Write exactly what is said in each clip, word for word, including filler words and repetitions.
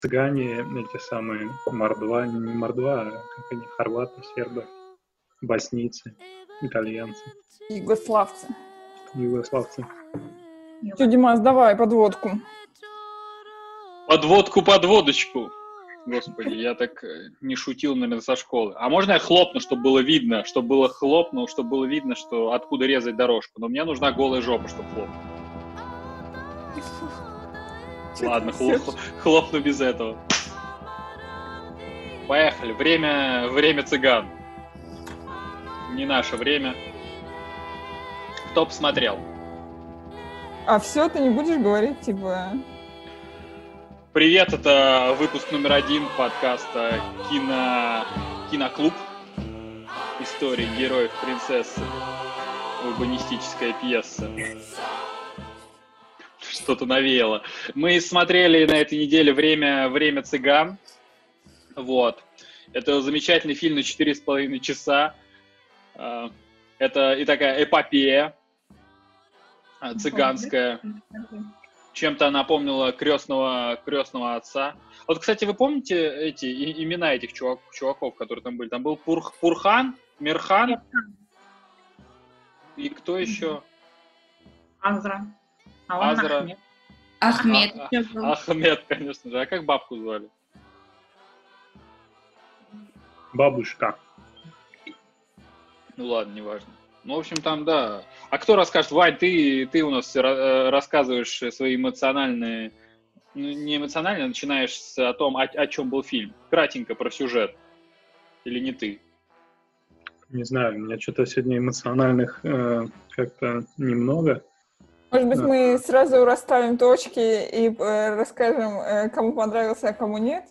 цыгане, эти самые мордва, не мордва, а как они, хорваты, сербы, боснийцы, итальянцы, Югославцы. югославцы. Че, Димас, давай подводку. Подводку под водочку. Господи, я так не шутил, наверное, со школы. А можно я хлопну, чтобы было видно, чтобы было хлопну, чтобы было видно, что откуда резать дорожку? Но мне нужна голая жопа, чтобы хлопнуть. Ладно, хлоп, хлопну без этого. Поехали. Время, время цыган. Не наше время. Кто посмотрел? А все, ты не будешь говорить, типа... Привет, это выпуск номер один подкаста Кино... Киноклуб. Истории героев принцессы. Урбанистическая пьеса. Что-то навеяло. Мы смотрели на этой неделе «Время, время цыган». Вот. Это замечательный фильм на четыре с половиной часа. Это и такая эпопея цыганская. Чем-то напомнила крестного, крестного отца. Вот, кстати, вы помните эти и, имена этих чувак, чуваков, которые там были? Там был Пур, Пурхан, Мирхан и кто еще? Азра. Азра. Ахмед. Ахмед. А, а, Ахмед, конечно же. А как бабку звали? Бабушка. Ну ладно, неважно. Ну, в общем, там, да. А кто расскажет? Вань, ты, ты у нас рассказываешь свои эмоциональные... Ну, не эмоционально, начинаешь с, о том, о, о чем был фильм. Кратенько про сюжет. Или не ты? Не знаю, у меня что-то сегодня эмоциональных э, как-то немного. Может быть, да. мы сразу расставим точки и э, расскажем, э, кому понравился, а кому нет?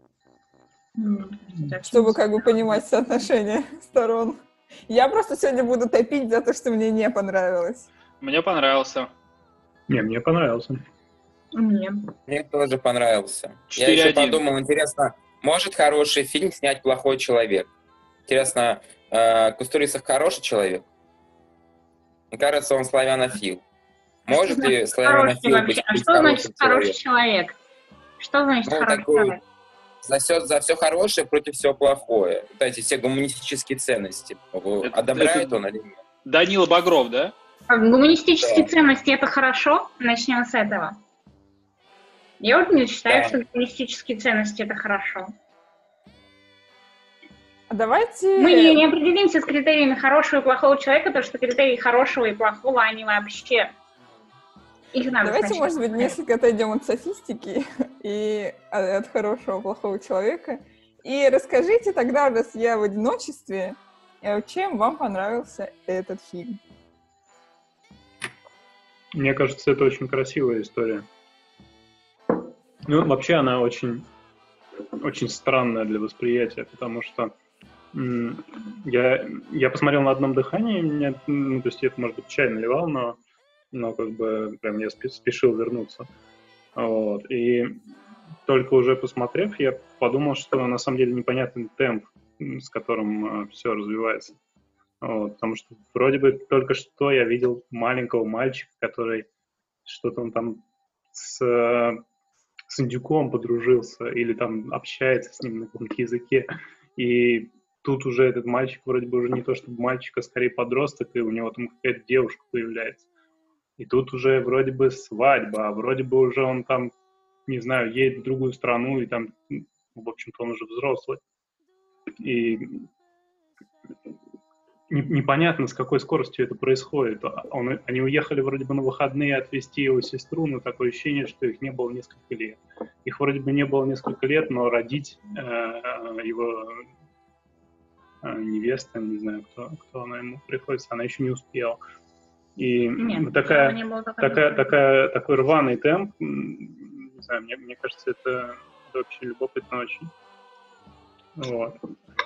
Mm, чтобы как бы понимать соотношение сторон. Я просто сегодня буду топить за то, что мне не понравилось. Мне понравился. Не, мне понравился. Мне. Мне тоже понравился. четыре один. Я еще подумал, интересно, может хороший фильм снять плохой человек? Интересно, э, Кустурисов хороший человек? Мне кажется, он славянофил. Может что ли славянофил быть, А быть что значит хороший хороший человек? Что значит ну, хороший такой, человек? За все, за все хорошее против всего плохое. Вот эти все гуманистические ценности. Это, одобряет это он или нет? Данила Багров, да? Гуманистические да. ценности — это хорошо? Начнем с этого. Я вот не считаю, да. что гуманистические ценности — это хорошо. Давайте... Мы не, не определимся с критериями хорошего и плохого человека, потому что критерии хорошего и плохого, они вообще... Их надо Давайте, может быть, смотреть. несколько отойдем от софистики и от хорошего, плохого человека. И расскажите тогда, раз я в одиночестве, чем вам понравился этот фильм? Мне кажется, это очень красивая история. Ну, вообще она очень, очень странная для восприятия, потому что м- я, я посмотрел на одном дыхании, мне, ну, то есть я это, может быть, чай наливал, но но как бы прям я спешил вернуться. Вот. И только уже посмотрев, я подумал, что на самом деле непонятный темп, с которым все развивается. Вот. Потому что вроде бы только что я видел маленького мальчика, который что-то он там с, с индюком подружился или там общается с ним на каком-то языке. И тут уже этот мальчик вроде бы уже не то чтобы мальчик, а скорее подросток, и у него там какая-то девушка появляется. И тут уже вроде бы свадьба, а вроде бы уже он там, не знаю, едет в другую страну, и там, в общем-то, он уже взрослый. И непонятно, с какой скоростью это происходит. Он, они уехали вроде бы на выходные отвезти его сестру, но такое ощущение, что их не было несколько лет. Их вроде бы не было несколько лет, но родить э, его э, невеста, не знаю, кто, кто она ему приходится, она еще не успела. И Нет, такая, было, такая, такая, такой рваный темп, не знаю, мне, мне кажется, это, это вообще любопытно очень. Вот.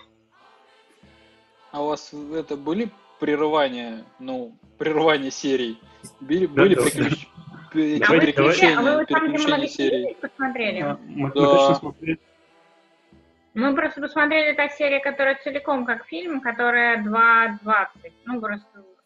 А у вас это были прерывания, ну, прерывания серий? Были, да, были да, приключ... А переключения, вы, а вы переключения серий? Посмотрели? А, мы, да. мы точно смотрели. Мы просто посмотрели та серия, которая целиком как фильм, которая два двадцать. Ну, просто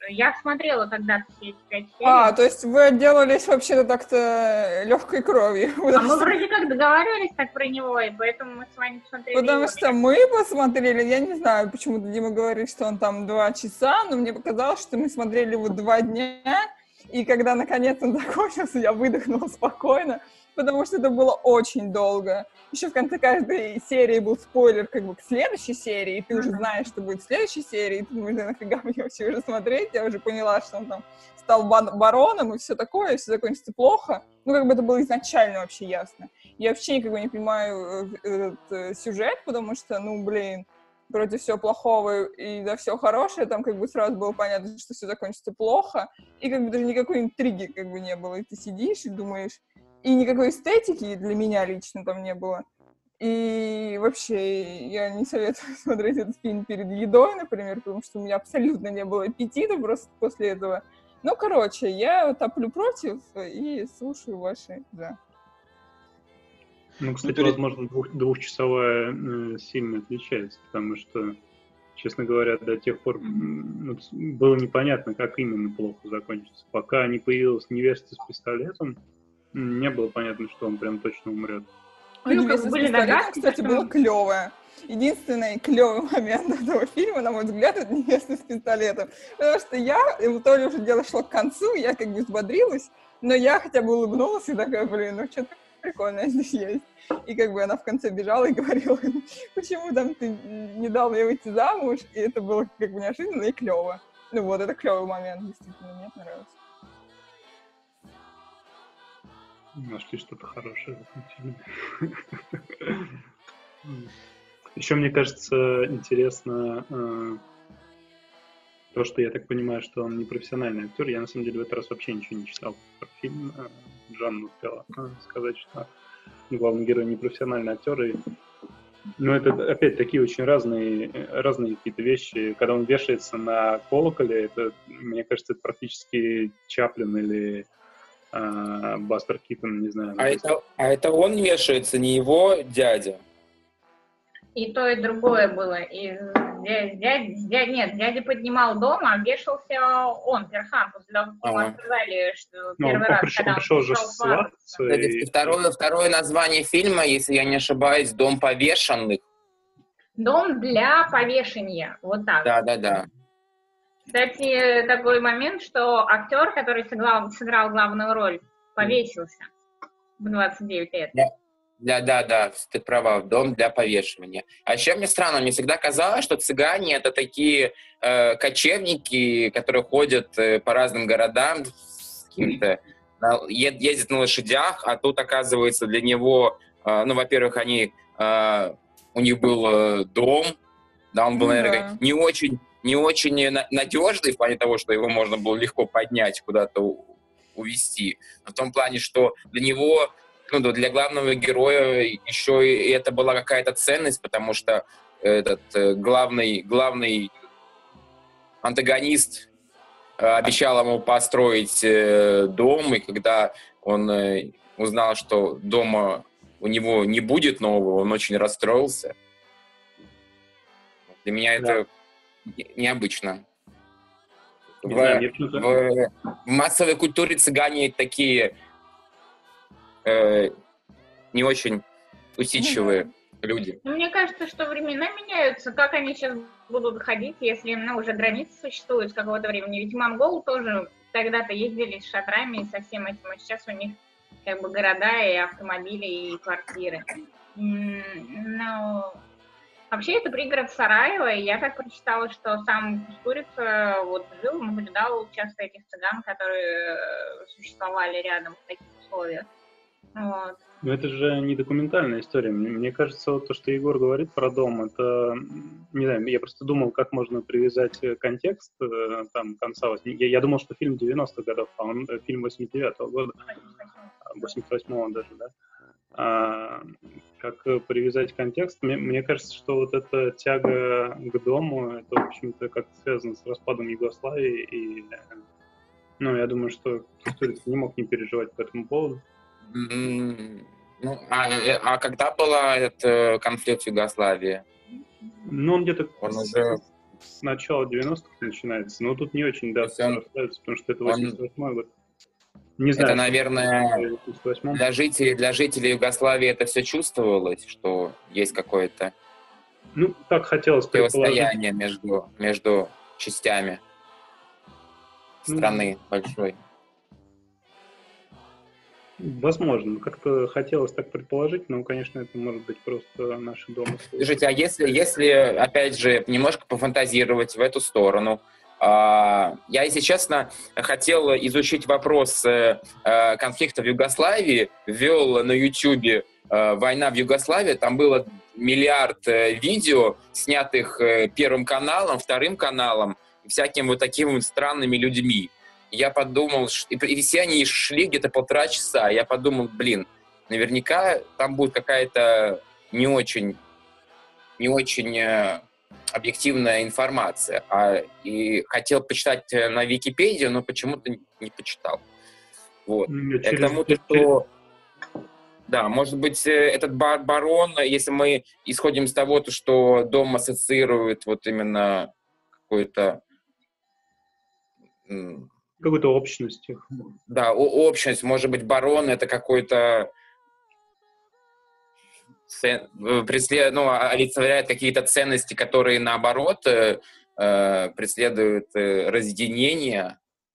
Я смотрела когда-то все эти пять серий. А, то есть вы отделались вообще-то так-то легкой кровью. А мы вроде как договаривались так про него, и поэтому мы с вами посмотрели Потому его. что мы посмотрели, я не знаю, почему-то Дима говорит, что он там два часа, но мне показалось, что мы смотрели его два дня, и когда наконец он закончился, я выдохнула спокойно, потому что это было очень долго. Еще в конце каждой серии был спойлер как бы к следующей серии, и ты уже знаешь, что будет в следующей серии, и ты думаешь, да нафига мне вообще уже смотреть, я уже поняла, что он там стал бароном и все такое, и все закончится плохо. Ну, как бы это было изначально вообще ясно. Я вообще никак не понимаю этот сюжет, потому что, ну, блин, против всего плохого и за все хорошее, там как бы сразу было понятно, что все закончится плохо, и как бы даже никакой интриги как бы не было, и ты сидишь и думаешь, и никакой эстетики для меня лично там не было. И вообще я не советую смотреть этот фильм перед едой, например, потому что у меня абсолютно не было аппетита просто после этого. Ну, короче, я топлю против и слушаю ваши «за». Ну, кстати, ну, возможно, двух, двухчасовая э, сильно отличается, потому что, честно говоря, до тех пор ну, было непонятно, как именно плохо закончится. Пока не появилась невеста с пистолетом, не было понятно, что он прям точно умрет. Ну, невеста с пистолетом, кстати, было клевое. Единственный клевый момент этого фильма, на мой взгляд, это невеста с пистолетом. Потому что я, то ли уже дело шло к концу, я как бы взбодрилась, но я хотя бы улыбнулась и такая, блин, ну что-то прикольное здесь есть. И как бы она в конце бежала и говорила, почему там ты не дал мне выйти замуж, и это было как бы неожиданно и клево. Ну вот, это клевый момент, действительно, мне понравился. Нашли что-то хорошее в этом фильме. Еще, мне кажется, интересно э, то, что я так понимаю, что он не профессиональный актер. Я, на самом деле, в этот раз вообще ничего не читал про фильм. Жанна успела сказать, что главный герой не профессиональный актер. И... Но это, опять, такие очень разные, разные какие-то вещи. Когда он вешается на колоколе, это, мне кажется, это практически Чаплин или э, Бастер Китон, не знаю. А это, а это он вешается, не его дядя? И то, и другое было. И дядя, дядя, нет, дядя поднимал дом, а вешался он, Перхан, после того, как ему ага. сказали, что ну, первый он раз, пришел, когда он пришел уже пришел свататься. И... Второе, второе название фильма, если я не ошибаюсь, «Дом повешенных». Дом для повешения, вот так. Да-да-да. Кстати, такой момент, что актер, который сыграл, сыграл главную роль, повесился в двадцать девять лет. Да. Да-да-да, ты права, дом для повешивания. А еще мне странно, мне всегда казалось, что цыгане — это такие э, кочевники, которые ходят э, по разным городам, с каким-то, е- ездят на лошадях, а тут, оказывается, для него, э, ну, во-первых, они, э, у них был э, дом, да, он был, ну, наверное, да. не очень, не очень надежный в плане того, что его можно было легко поднять, куда-то увезти. В том плане, что для него... Ну, для главного героя еще и это была какая-то ценность, потому что этот э, главный, главный антагонист э, обещал ему построить э, дом, и когда он э, узнал, что дома у него не будет нового, он очень расстроился. Для меня да. это необычно. Не в, знаю, в, в массовой культуре цыгане такие... Э, не очень усидчивые mm-hmm. люди. Мне кажется, что времена меняются. Как они сейчас будут ходить, если ну, уже границы существуют с какого-то времени? Ведь монголы тоже когда-то ездили с шатрами и со всем этим, а сейчас у них как бы города и автомобили и квартиры. Но вообще это пригород Сараева, и я так прочитала, что сам Кустурица вот жил, наблюдал часто этих цыган, которые существовали рядом в таких условиях. Вот. Но это же не документальная история. Мне, мне кажется, вот то, что Егор говорит про дом, это, не знаю, я просто думал, как можно привязать контекст там конца восьмидесятых. Я, я думал, что фильм девяностых годов, а он фильм восемьдесят девятого года, восемьдесят восьмого даже, да. А, как привязать контекст? Мне, мне кажется, что вот эта тяга к дому, это, в общем-то, как-то связано с распадом Югославии, и, ну, я думаю, что Кустурица не мог не переживать по этому поводу. Ну, а, а когда был этот конфликт в Югославии? Ну, он где-то он уже... с начала девяностых начинается, но тут не очень дата он- расставится, потому что это он- восемьдесят восьмой год. Не знаю, Это, наверное, в восемьдесят восьмом. Для жителей, для жителей Югославии это все чувствовалось, что есть какое-то Ну, так хотелось предположить. противостояние между, между частями Ну, страны большой. Возможно, как-то хотелось так предположить, но, конечно, это может быть просто наши домыслы. Скажите, а если, если, опять же, немножко пофантазировать в эту сторону, а, я, если честно, хотел изучить вопрос э, э, конфликта в Югославии, ввел на Ютубе э, «Война в Югославии», там было миллиард э, видео, снятых э, Первым каналом, Вторым каналом, всякими вот такими вот странными людьми. Я подумал, ш- и, и все они шли где-то полтора часа, я подумал, блин, наверняка там будет какая-то не очень, не очень э, объективная информация. А, и хотел почитать э, на Википедию, но почему-то не почитал. Вот. Ну, Я к через- тому, что да, может быть, э, этот бар- барон, если мы исходим из того, то, что дом ассоциирует вот именно какой-то м, Какой-то общности. да, о- общность, может быть, барон это какой-то цен- э, преслед- ну, а- олицетворяет какие-то ценности, которые, наоборот, э, э, преследуют э, разъединение.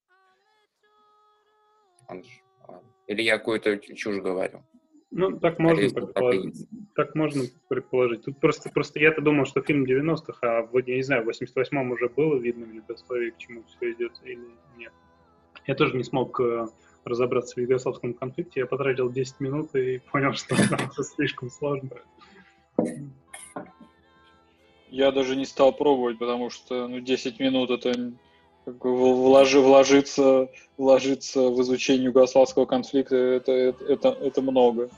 Он ж- а, Или я какую-то чушь говорю? Ну, так можно Надеюсь, что так и предположить. есть. Так можно предположить. Тут просто, просто я-то думал, что фильм девяностых, а в, я не знаю, в восемьдесят восьмом уже было видно в Югославии, к чему все идет или нет. Я тоже не смог э, разобраться в югославском конфликте. Я потратил десять минут и понял, что там всё слишком сложно. Я даже не стал пробовать, потому что ну, десять минут это как бы вложи, вложиться, вложиться в изучение югославского конфликта, это, это, это, это много.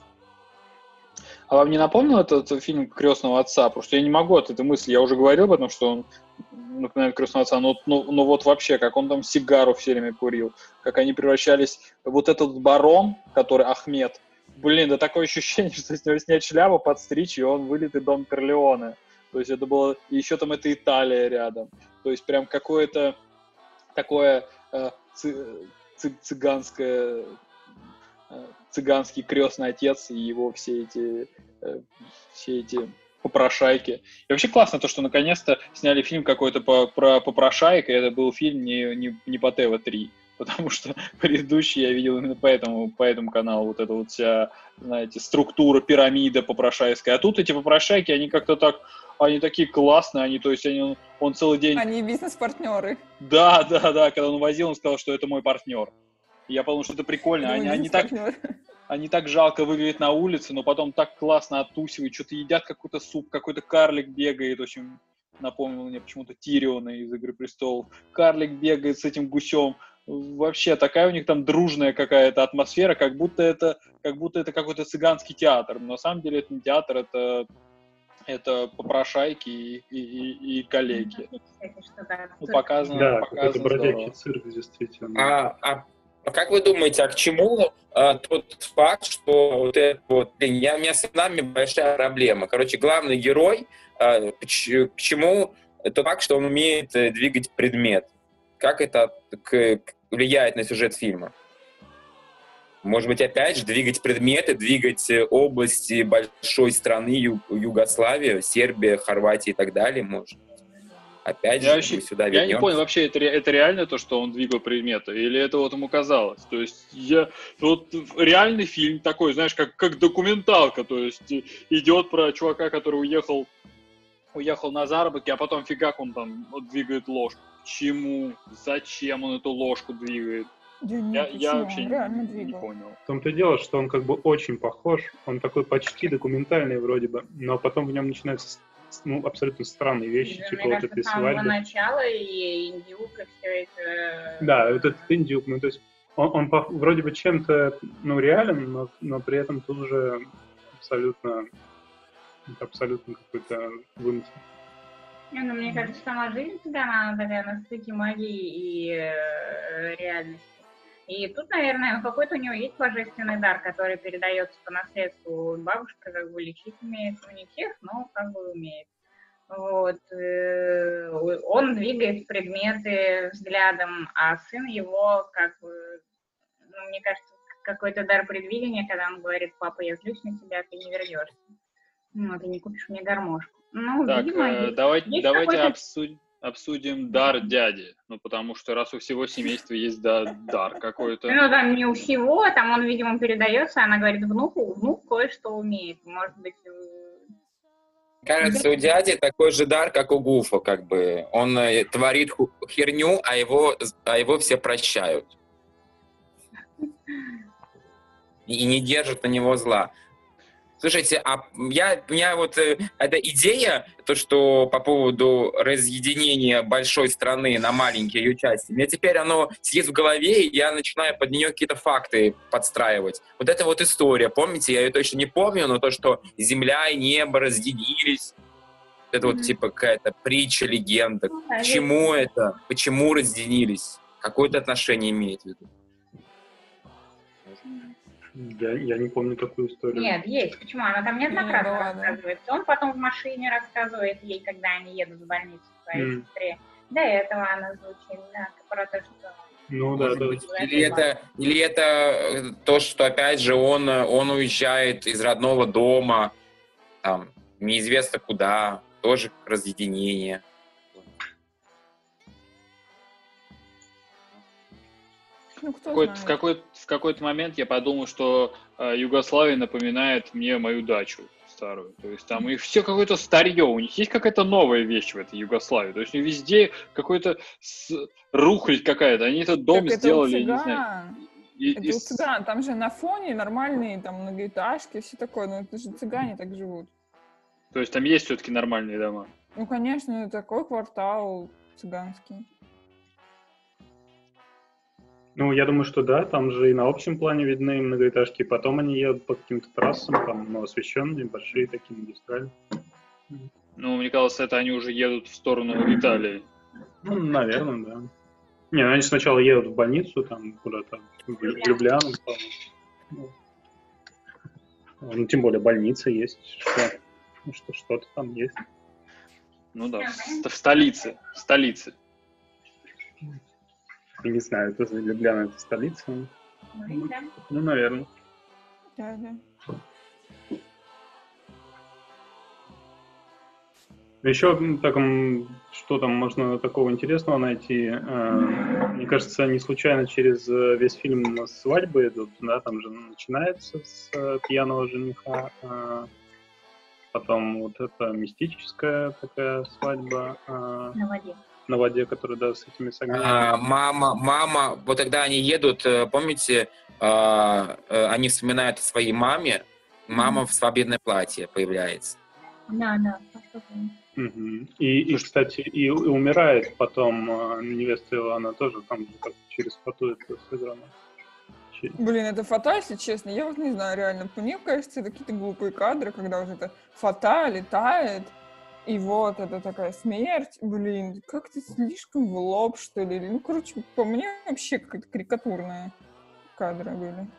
А вам не напомнил этот фильм «Крестного отца»? Потому что я не могу от этой мысли, я уже говорил об этом, что он напоминает «Крестного отца», но, но, но вот вообще, как он там сигару все время курил, как они превращались... Вот этот барон, который Ахмед, блин, да такое ощущение, что с него снять шляпу, подстричь, и он вылитый Дон Корлеоне. То есть это было... И еще там это Италия рядом. То есть прям какое-то такое э, ци- ци- цыганское... э, цыганский крестный отец и его все эти, э, все эти попрошайки. И вообще классно то, что наконец-то сняли фильм какой-то по, про попрошаек, и это был фильм не, не, не по тэ вэ три, потому что предыдущий я видел именно по этому, по этому каналу, вот эта вот вся, знаете, структура, пирамида попрошайская. А тут эти попрошайки, они как-то так, они такие классные, они, то есть они, он целый день... Они бизнес-партнеры. Да, да, да, когда он возил, он сказал, что это мой партнер. И я подумал, что это прикольно. Они, они, так, они так жалко выглядят на улице, но потом так классно оттусивают, что-то едят какой-то суп, какой-то карлик бегает, в общем, напомнил мне почему-то Тириона из «Игры престолов». Карлик бегает с этим гусем. Вообще такая у них там дружная какая-то атмосфера, как будто это, как будто это какой-то цыганский театр. Но на самом деле это не театр, это, это попрошайки и, и, и, и коллеги. Ну, показано, Да, показано это бродячий здорово. цирк, действительно. А, а А как вы думаете, а к чему а, тот факт, что вот это вот, блин, я, у меня с нами большая проблема. Короче, главный герой, а, к, к чему тот факт, что он умеет э, двигать предмет? Как это к, к, влияет на сюжет фильма? Может быть, опять же, двигать предметы, двигать области большой страны, Ю, Югославия, Сербия, Хорватия и так далее, может? Опять Я же, вообще, мы сюда я вернемся. не понял, вообще, это, ре- это реально то, что он двигал предметы, или это вот ему казалось? То есть, я, вот реальный фильм такой, знаешь, как, как документалка, то есть, идет про чувака, который уехал, уехал на заработки, а потом фигак он там вот, двигает ложку. Чему? Зачем он эту ложку двигает? Да Я, нет, я почему? вообще Он реально не, не двигал. понял. В том-то и дело, что он как бы очень похож, он такой почти документальный вроде бы, но потом в нем начинаются ну, абсолютно странные вещи, Да, типа мне вот кажется, этой с самого свадьбы. начала и индюк, и все это... Да, вот этот индюк, ну то есть он, он по- вроде бы чем-то ну, реален, но, но при этом тут же абсолютно, абсолютно какой-то вымысел. Не, ну, мне кажется, сама жизнь всегда она такая на стыке магии и э, реальности. И тут, наверное, какой-то у него есть божественный дар, который передается по наследству. Бабушка как бы лечить умеет, ну не всех, но как бы умеет. Вот. Он двигает предметы взглядом, а сын его, как бы, ну, мне кажется, какой-то дар предвидения, когда он говорит: папа, я злюсь на тебя, ты не вернешься. Ну, ты не купишь мне гармошку. Ну, Так, видимо, э, есть, давайте, есть давайте какой-то... обсудим, обсудим дар дяди. Ну, потому что раз у всего семейства есть да, дар какой-то. Ну, там не у всего, там он, видимо, передается, она говорит внуку, внук кое-что умеет. Может быть... Кажется, у дяди такой же дар, как у Гуфа, как бы. Он э, творит ху- херню, а его, а его все прощают. И, и не держат на него зла. Слушайте, а я, у меня вот э, эта идея, то, что по поводу разъединения большой страны на маленькие ее части, мне теперь оно сидит в голове, и я начинаю под нее какие-то факты подстраивать. Вот эта вот история, помните, я ее точно не помню, но то, что земля и небо разъединились, это вот типа какая-то притча, легенда. К чему это? Почему разъединились? Какое-то отношение имеет в виду? Я, я не помню такую историю. Нет, есть. Почему? Она там неоднократно Ну, да, рассказывается. Он потом в машине рассказывает ей, когда они едут в больницу к своей Mm. сестре. До этого она звучит, да, про то, что... Ну да, Может да. быть, или это, или это э, то, что, опять же, он, э, он уезжает из родного дома, там, неизвестно куда, тоже разъединение. Ну, В кто какой-то, в, знает. какой-то, в какой-то момент я подумал, что э, Югославия напоминает мне мою дачу старую. То есть там и все какое-то старье, у них есть какая-то новая вещь в этой Югославии. То есть везде какой-то с... рухлядь какая-то. Они этот дом Так это у сделали, не знаю. цыган. И, Это и у с- цыган. Там же на фоне нормальные там многоэтажки, все такое. Но это же цыгане так живут. То есть там есть все-таки нормальные дома. Ну, конечно, такой квартал цыганский. Ну, я думаю, что да, там же и на общем плане видны многоэтажки, потом они едут по каким-то трассам, там, ну, освещенные, большие такие магистрали. Ну, мне кажется, это они уже едут в сторону Италии. Ну, наверное, да. Не, ну, они сначала едут в больницу, там, куда-то, в Лю- в Любляну, по-моему. Ну, тем более больница есть, что, ну, что что-то там есть. Ну да, в, ст- в столице. В столице. Я не знаю, это за Любляна, это столица. Ну, да. Ну, наверное. Да, да. Еще м, так, м, что там можно такого интересного найти? Э, Мне кажется, не случайно через э, весь фильм свадьбы идут, да, там же начинается с э, пьяного жениха, э, потом вот эта мистическая такая свадьба э, На воде. на воде, которая, да, с этими с огнями. А, мама, мама, вот когда они едут, э, помните, а, э, они вспоминают о своей маме, мама в свадебное платье появляется. Да, да. посмотрим. Мгм. И, и, кстати, и, и умирает потом э, невеста его, она тоже там же как через фату это сыграно. Че- Блин, это фата, если честно. Я вот не знаю, реально. Мне кажется, это какие-то глупые кадры, когда вот эта фата летает, и вот это такая смерть. Блин, как-то слишком в лоб, что ли. Ну, короче, по мне вообще какая-то карикатурные кадры были.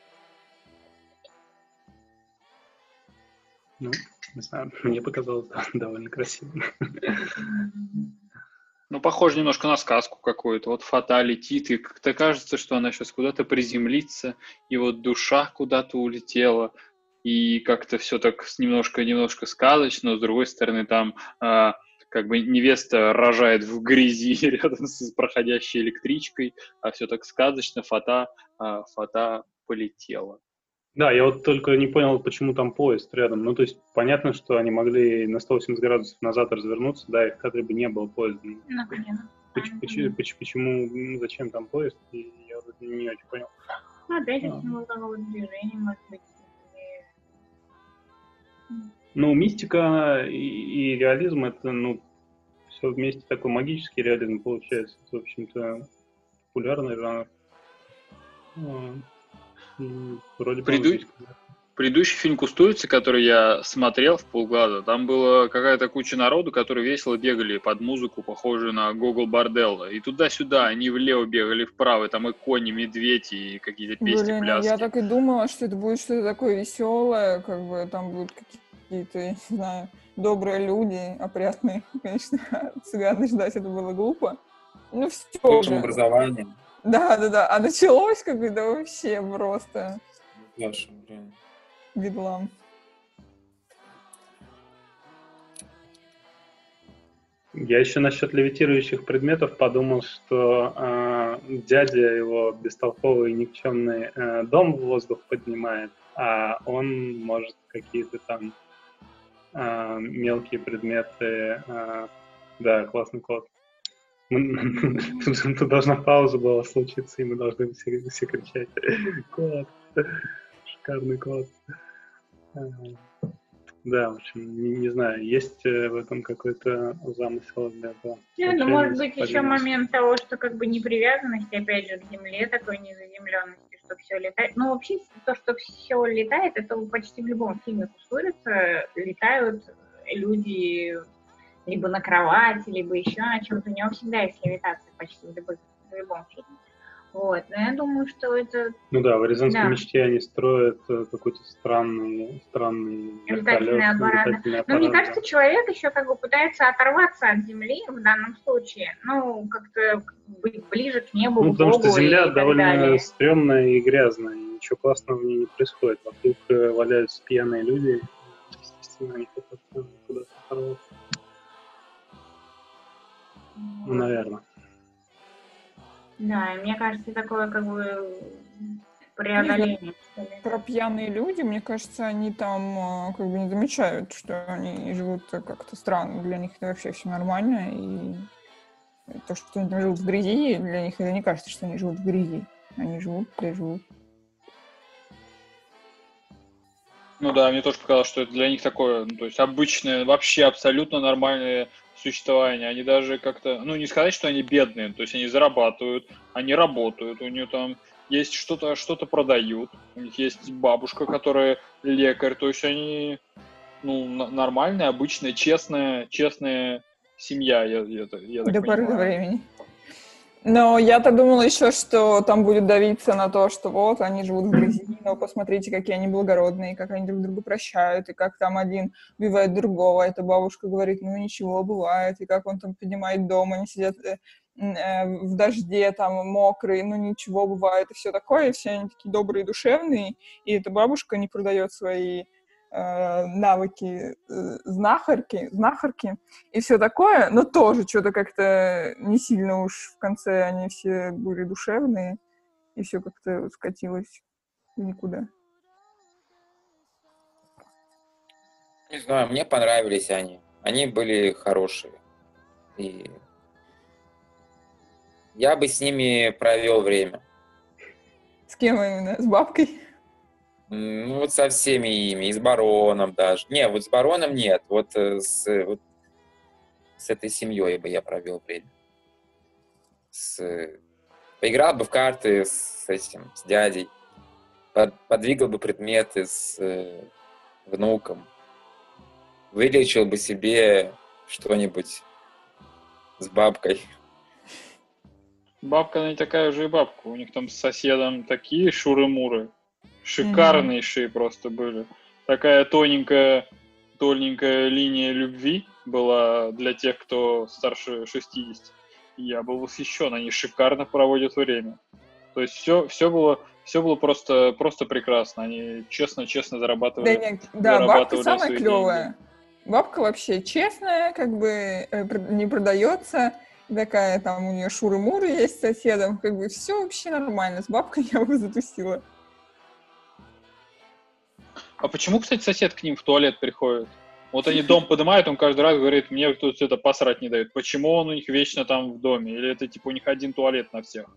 Ну, не знаю, мне показалось да, довольно красиво. Ну, похоже немножко на сказку какую-то. Вот фата летит, и как-то кажется, что она сейчас куда-то приземлится, и вот душа куда-то улетела, и как-то все так с- немножко-немножко сказочно. С другой стороны, там а, как бы невеста рожает в грязи рядом с проходящей электричкой, а все так сказочно, фата, а, фата полетела. Да, я вот только не понял, почему там поезд рядом. Ну, то есть понятно, что они могли на сто восемьдесят градусов назад развернуться, да, и в кадре бы не было поезда. Ну, Ну, понятно. поч- поч- поч- Почему, ну, зачем там поезд, и я вот это не очень понял. Ну, опять же, А. символ какого-то движения, может быть. Ну, мистика и, и реализм — это, ну, все вместе такой магический реализм получается. Это, в общем-то, популярный жанр. А, и вроде бы он Приду- здесь- Предыдущий фильм «Кустурицы», который я смотрел в полглаза, там была какая-то куча народу, которые весело бегали под музыку, похожую на Гогол Борделло. И туда-сюда, они влево бегали, вправо, там и кони, медведи, и какие-то песни, Блин, а пляски. я так и думала, что это будет что-то такое веселое, как бы там будут какие-то какие-то, я не знаю, добрые люди, опрятные. Конечно, от цыган ждать это было глупо. Ну, все С лучшим уже. образованием. Да, да, да. А началось как бы, да вообще просто Леша, блин. бедлам. Я еще насчет левитирующих предметов подумал, что э, дядя его бестолковый, никчемный э, дом в воздух поднимает, а он может какие-то там э, мелкие предметы... Э, да, классный код. Тут должна пауза была случиться, и мы должны все, все кричать. Код. Шикарный код. Да, в общем, не, не знаю, есть в этом какой-то замысел для этого. Не, ну, может быть, еще момент того, что как бы непривязанности, опять же, к земле, такой незаземленности, что все летает. Ну, вообще, то, что все летает, это почти в любом фильме кустурица. Летают люди либо на кровати, либо еще на чем-то. У него всегда есть левитация почти в любом, в любом фильме. Вот, но я думаю, что это... Ну да, в «Аризонской да. мечте» они строят какой-то странный, странный летательный аппарат. аппарат. Но мне кажется, человек еще как бы пытается оторваться от Земли в данном случае. Ну, как-то быть ближе к небу, ну, к Богу. Потому что Земля довольно далее. стрёмная и грязная, и ничего классного в ней не происходит. Вокруг валяются пьяные люди, естественно, они хотят куда-то оторваться. Ну, наверное. Да, и мне кажется, такое как бы преодоление. Про пьяные люди, мне кажется, они там как бы не замечают, что они живут как-то странно. Для них это вообще все нормально. И то, что они там живут в грязи, для них это не кажется, что они живут в грязи. Они живут, где живут. Ну да, мне тоже показалось, что это для них такое, ну, то есть обычное, вообще абсолютно нормальное существование. Они даже как-то, ну не сказать, что они бедные, то есть они зарабатывают, они работают, у них там есть что-то, что-то продают, у них есть бабушка, которая лекарь, то есть они, ну, нормальная, обычная, честная, честная семья, я, я, я так До поры до понимаю. времени. Но я-то думала еще, что там будет давиться на то, что вот, они живут в грязи, но посмотрите, какие они благородные, как они друг друга прощают, и как там один убивает другого. Эта бабушка говорит, ну ничего, бывает, и как он там поднимает дом, они сидят э, э, в дожде, там, мокрые, ну ничего, бывает, и все такое, и все они такие добрые, душевные, и эта бабушка не продает свои навыки знахарки, знахарки и все такое, но тоже что-то как-то не сильно уж в конце они все были душевные, и все как-то скатилось никуда. Не знаю, мне понравились они. Они были хорошие. И я бы с ними провел время. С кем именно? С бабкой? Ну, вот со всеми ими, и с бароном даже. Не, вот с бароном нет. Вот с, вот с этой семьей бы я провел время. С... Поиграл бы в карты с этим, с дядей. Под, подвигал бы предметы с э, внуком. Вылечил бы себе что-нибудь с бабкой. Бабка, она не такая уже и бабка. У них там с соседом такие шуры-муры. Шикарнейшие mm-hmm. просто были. Такая тоненькая, тоненькая линия любви была для тех, кто старше шестидесяти. Я был восхищен, они шикарно проводят время. То есть все, все было, все было просто, просто прекрасно. Они честно-честно зарабатывали. Да, нет, да, бабка самая клевая. Деньги. Бабка вообще честная, как бы не продается. Такая там у нее шуры-муры есть с соседом. Как бы все вообще нормально. С бабкой я бы затусила. А почему, кстати, сосед к ним в туалет приходит? Вот они дом поднимают, он каждый раз говорит, мне тут это посрать не дают. Почему он у них вечно там в доме? Или это типа у них один туалет на всех?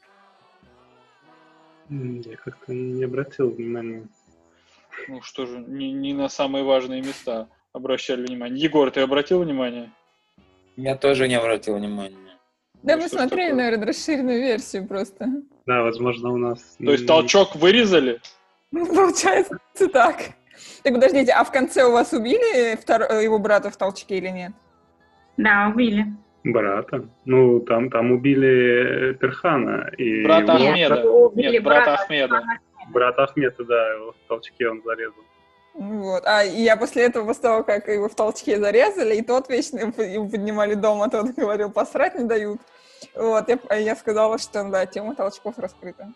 Я как-то не обратил внимания. Ну что же, не, не на самые важные места обращали внимание. Егор, ты обратил внимание? Я тоже не обратил внимания. Да, ну, мы смотрели, наверное, расширенную версию просто. Да, возможно, у нас... То есть толчок вырезали? Ну, получается так. Так, подождите, а в конце у вас убили втор... его брата в толчке или нет? Да, убили. Брата? Ну, там, там убили Перхана. И брата его... Ахмеда. Нет, Нет, брата Ахмеда. Брат Ахмеда, да, его в толчке он зарезал. Вот. А и я после этого, после того, как его в толчке зарезали, и тот вечно его поднимали дома, а тот говорил, посрать не дают. Вот, я, я сказала, что, да, тема толчков раскрыта.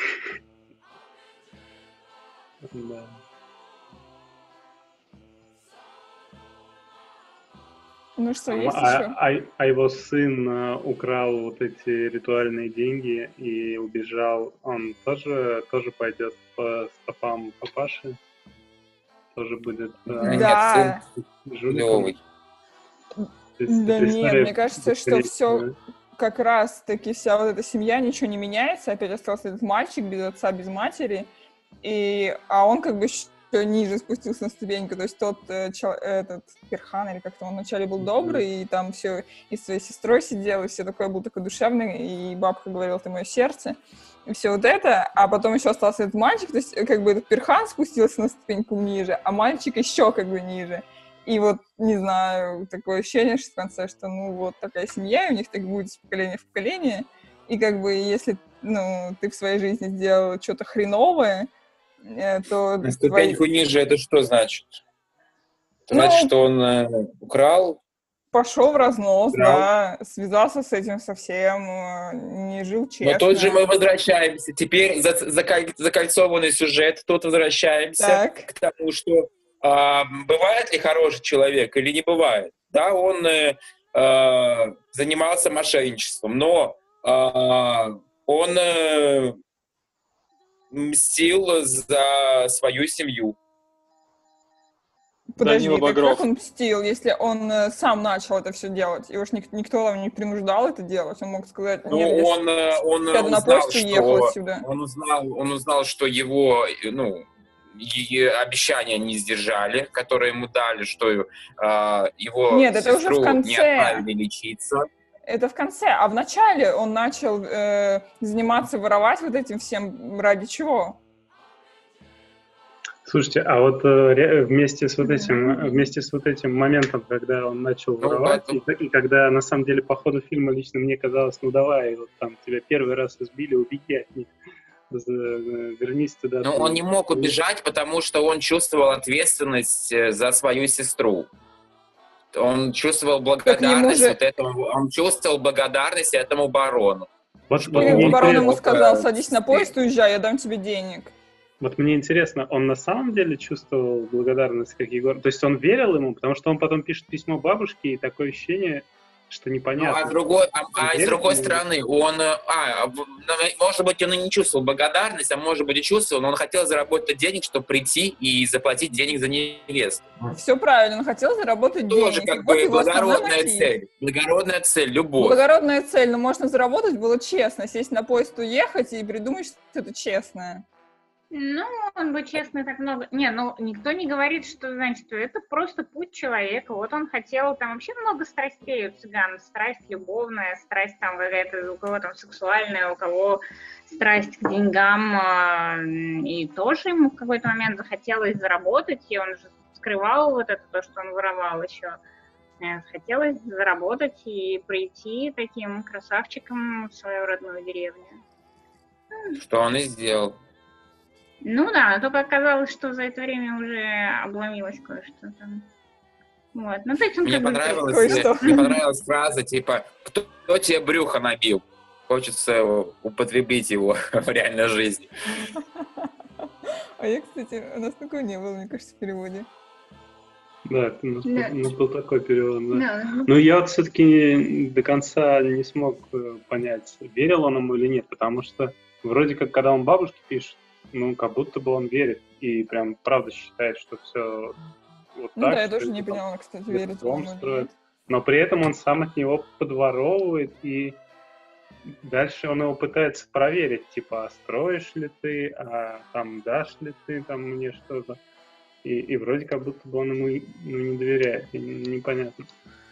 Да. Ну что, А, есть а, еще? а- а его сын э, украл вот эти ритуальные деньги и убежал. Он тоже, тоже пойдет по стопам папаши? Тоже будет э, Нет, сын Да, жуликом? клевый. То есть да эта нет, история мне кажется, что бесконечная, все да? как раз-таки вся вот эта семья, ничего не меняется, опять остался этот мальчик без отца, без матери, и, а он как бы еще ниже спустился на ступеньку, то есть тот, э, чел- этот, Перхан, или как-то он вначале был добрый, и там все и с своей сестрой сидел, и все такое был такой душевный, и бабка говорила, ты мое сердце, и все вот это, а потом еще остался этот мальчик, то есть э, как бы этот Перхан спустился на ступеньку ниже, а мальчик еще как бы ниже. И вот, не знаю, такое ощущение, что в конце, что, ну, вот такая семья, и у них так будет с поколения в поколение, и как бы если, ну, ты в своей жизни сделал что-то хреновое, э, то На твои... ступеньку ниже это что значит? Это Ну, значит, что он э, украл? пошел в разнос, Украл. да, связался с этим совсем, э, не жил честно. Но тут же мы возвращаемся. Теперь за, заколь- закольцованный сюжет, тут возвращаемся Так. к тому, что а, бывает ли хороший человек или не бывает. Да, он э, э, занимался мошенничеством, но а, он э, мстил за свою семью. Подожди, Данила так Багров. как он мстил, если он э, сам начал это все делать, и уж ник- никто его не принуждал это делать, он мог сказать, Ну, нет, я он, э, он сяду на узнал, почту и ехал что отсюда. он узнал, он узнал, что его, ну, и обещания не сдержали, которые ему дали, что э, его Нет, это уже в сестру не конце. отправили лечиться. Это в конце, а в начале он начал э, заниматься, воровать вот этим всем ради чего? Слушайте, а вот э, ре- вместе с вот этим, вместе с вот этим моментом, когда он начал Ну, воровать, да, и, и когда на самом деле по ходу фильма лично мне казалось, ну давай, вот там тебя первый раз избили, убеги от них, За- вернись туда. Но ты- он не мог убежать, потому что он чувствовал ответственность э, за свою сестру. Он чувствовал благодарность же- вот этому, он чувствовал благодарность этому барону. Вот, Что вот Или мне он барон ему помог, интересно, сказал, э, садись на поезд, уезжай, я дам тебе денег. вот мне интересно, он на самом деле чувствовал благодарность, как Егор? То есть он верил ему, потому что он потом пишет письмо бабушке, и такое ощущение, что Ну, непонятно. а, с другой, а, а с Верит другой ему? стороны, он, э, а, в- может быть, он и не чувствовал благодарность, а может быть, и чувствовал, но он хотел заработать денег, чтобы прийти и заплатить денег за невесту. Все правильно, он хотел заработать Тоже денег. как Вот бы его основной благородная мотив. цель. Благородная цель, любовь. Благородная цель, но можно заработать было честно, сесть на поезд, уехать и придумать, что это честное. Ну, он бы честно так много... Не, ну, никто не говорит, что, значит, это просто путь человека. Вот он хотел, там вообще много страстей у цыган. Страсть любовная, страсть там какая-то, у кого там сексуальная, у кого страсть к деньгам. а, И тоже ему в какой-то момент захотелось заработать, и он же скрывал вот это, то, что он воровал еще. Э, Хотелось заработать и прийти таким красавчиком в свою родную деревню. Что он и сделал. Ну да, только оказалось, что за это время уже обломилось кое-что там. Вот. Ну, то есть он Мне как бы... понравилась, Кое-что. мне понравилась фраза, типа, кто, кто тебе брюхо набил? Хочется употребить его в реальной жизни. А я, кстати, у нас такого не было, мне кажется, в переводе. Да, это у нас, Да. был, у нас был такой перевод, да. Да, ну, Но я вот все-таки до конца не смог э, понять, верил он ему или нет, потому что вроде как, когда он бабушке пишет, ну, как будто бы он верит и прям правда считает, что все вот Ну так. да, я что тоже не это там поняла, кстати, верит дом он или строит. нет. Но при этом он сам от него подворовывает, и дальше он его пытается проверить, типа, а строишь ли ты, а там дашь ли ты там мне что-то. И, и вроде как будто бы он ему ну, не доверяет, и непонятно.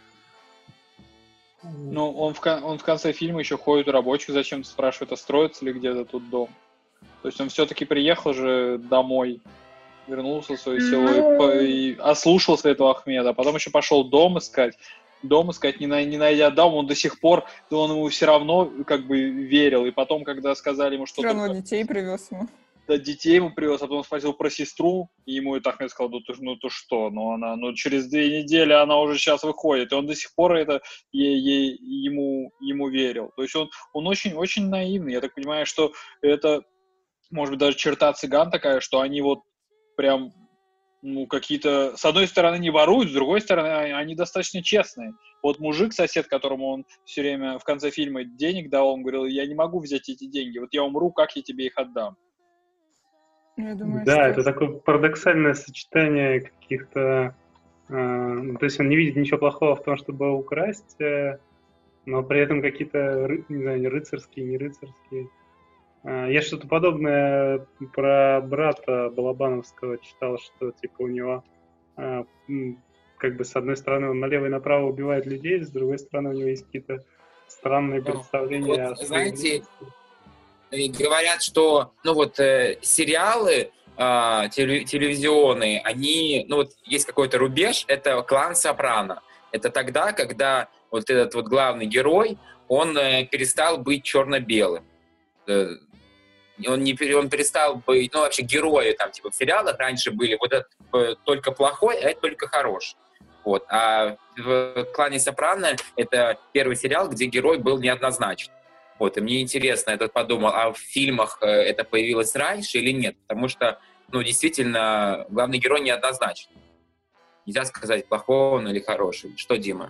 Ну, он в, кон- он в конце фильма еще ходит у рабочих, зачем-то спрашивает, а строится ли где-то тут дом. То есть он все-таки приехал же домой, вернулся в свое село и, Ну. по- и ослушался этого Ахмеда, а потом еще пошел дом искать. Дом искать, не, най- не найдя дом, он до сих пор, он ему все равно как бы верил. И потом, когда сказали ему, что... Все равно только- детей привез ему. да, детей ему привез, а потом спросил про сестру, и ему и так мне сказал, ну ты, ну ты что, ну она, ну через две недели она уже сейчас выходит, и он до сих пор это ей, ей, ему, ему верил. То есть он, он очень-очень наивный. Я так понимаю, что это, может быть, даже черта цыган такая, что они вот прям, ну, какие-то, с одной стороны, не воруют, с другой стороны, они достаточно честные. Вот мужик, сосед, которому он все время в конце фильма денег давал, он говорил, я не могу взять эти деньги, вот я умру, как я тебе их отдам? Я думаю, Да, что... это такое парадоксальное сочетание каких-то... э, ну, то есть он не видит ничего плохого в том, чтобы украсть, э, но при этом какие-то, ры- не знаю, не рыцарские, не рыцарские. Э, я что-то подобное про брата Балабановского читал, что типа у него э, м, как бы с одной стороны он налево и направо убивает людей, с другой стороны у него есть какие-то странные Ну, представления вот, о знаете, справедливости. и говорят, что, ну вот, э, сериалы э, теле- телевизионные, они, ну вот, есть какой-то рубеж, это клан Сопрано. Это тогда, когда вот этот вот главный герой, он э, перестал быть черно-белым. Э, он, не, пере- он перестал быть, ну вообще герои там, типа, в сериалах раньше были, вот это э, только плохой, а это только хороший. Вот. А в клане Сопрано это первый сериал, где герой был неоднозначен. Вот, и мне интересно, я тут подумал, а в фильмах э, это появилось раньше или нет? Потому что, ну, действительно, главный герой неоднозначен. Нельзя сказать, плохой он или хороший. Что, Дима?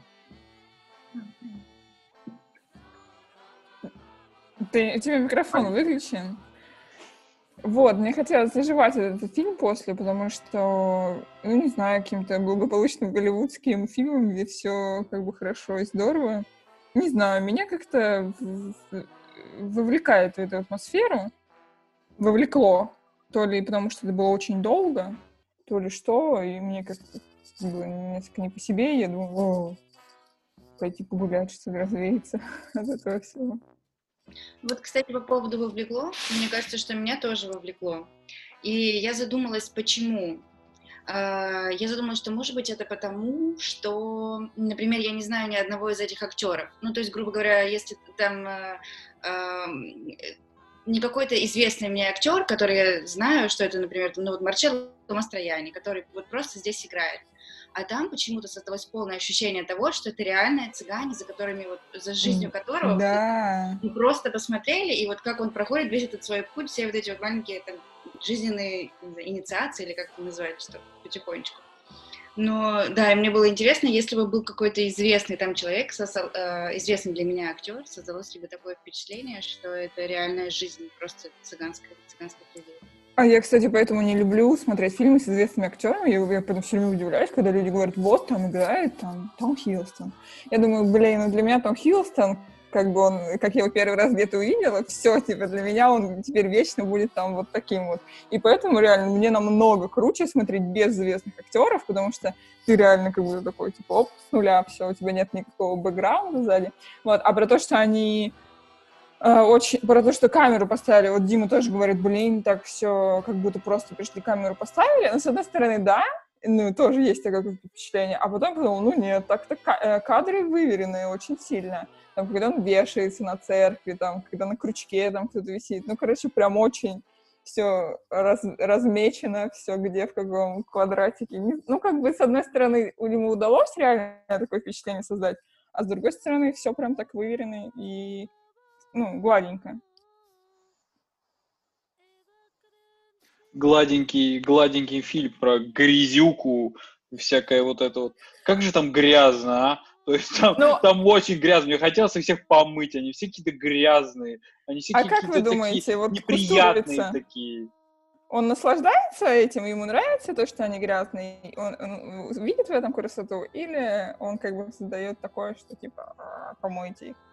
Ты, у тебя микрофон выключен. Вот, мне хотелось заживать этот фильм после, потому что, ну, не знаю, каким-то благополучным голливудским фильмом, где все как бы хорошо и здорово. Не знаю, меня как-то в- в- вовлекает в эту атмосферу. Вовлекло. То ли потому, что это было очень долго, то ли что, и мне как-то было несколько не по себе, и я думаю, о, пойти погулять, что ли, развеяться от этого всего. Вот, кстати, по поводу вовлекло, мне кажется, что меня тоже вовлекло. И я задумалась, почему. А, Я задумалась, что, может быть, это потому, что, например, я не знаю ни одного из этих актеров. Ну, то есть, грубо говоря, если там э, э, не какой-то известный мне актер, который я знаю, что это, например, ну, вот Марчелло Мастроянни, который вот просто здесь играет. А там почему-то создалось полное ощущение того, что это реальные цыгане, за которыми вот, за жизнью которого Да. мы просто посмотрели, и вот как он проходит весь этот свой путь, все вот эти вот маленькие там, жизненные не знаю, инициации, или как это называют, что потихонечку. Но, да, и мне было интересно, если бы был какой-то известный там человек, создал, э, известный для меня актер, создалось ли бы такое впечатление, что это реальная жизнь, просто цыганская, цыганских людей. А я, кстати, поэтому не люблю смотреть фильмы с известными актерами. Я, я потом все время удивляюсь, когда люди говорят, вот там играет там Том Хиддлстон. Я думаю, блин, ну для меня Том Хиддлстон, как бы он, как я его первый раз где-то увидела, все, типа, для меня он теперь вечно будет там вот таким вот. И поэтому реально мне намного круче смотреть без известных актеров, потому что ты реально как бы такой, типа, оп, с нуля, все, у тебя нет никакого бэкграунда сзади. Вот. А про то, что они очень, про то, что камеру поставили, вот Дима тоже говорит, блин, так все, как будто просто пришли, камеру поставили, но с одной стороны, да, ну, тоже есть такое впечатление, а потом подумал, ну, нет, так-то кадры выверенные очень сильно, там, когда он вешается на церкви, там, когда на крючке там кто-то висит, ну, короче, прям очень все раз, размечено, все где, в каком квадратике, ну, как бы, с одной стороны, ему удалось реально такое впечатление создать, а с другой стороны, все прям так выверено и ну, гладенько. Гладенький, гладенький фильм про грязюку, всякое вот это вот. Как же там грязно, а? То есть там, ну, там очень грязно. Мне хотелось их всех помыть, они все какие-то грязные. Они все а какие-то как вы думаете, такие вот неприятные Кустурица, такие. он наслаждается этим, ему нравится то, что они грязные, он, он видит в этом красоту, или он как бы создает такое, что типа, помойте их?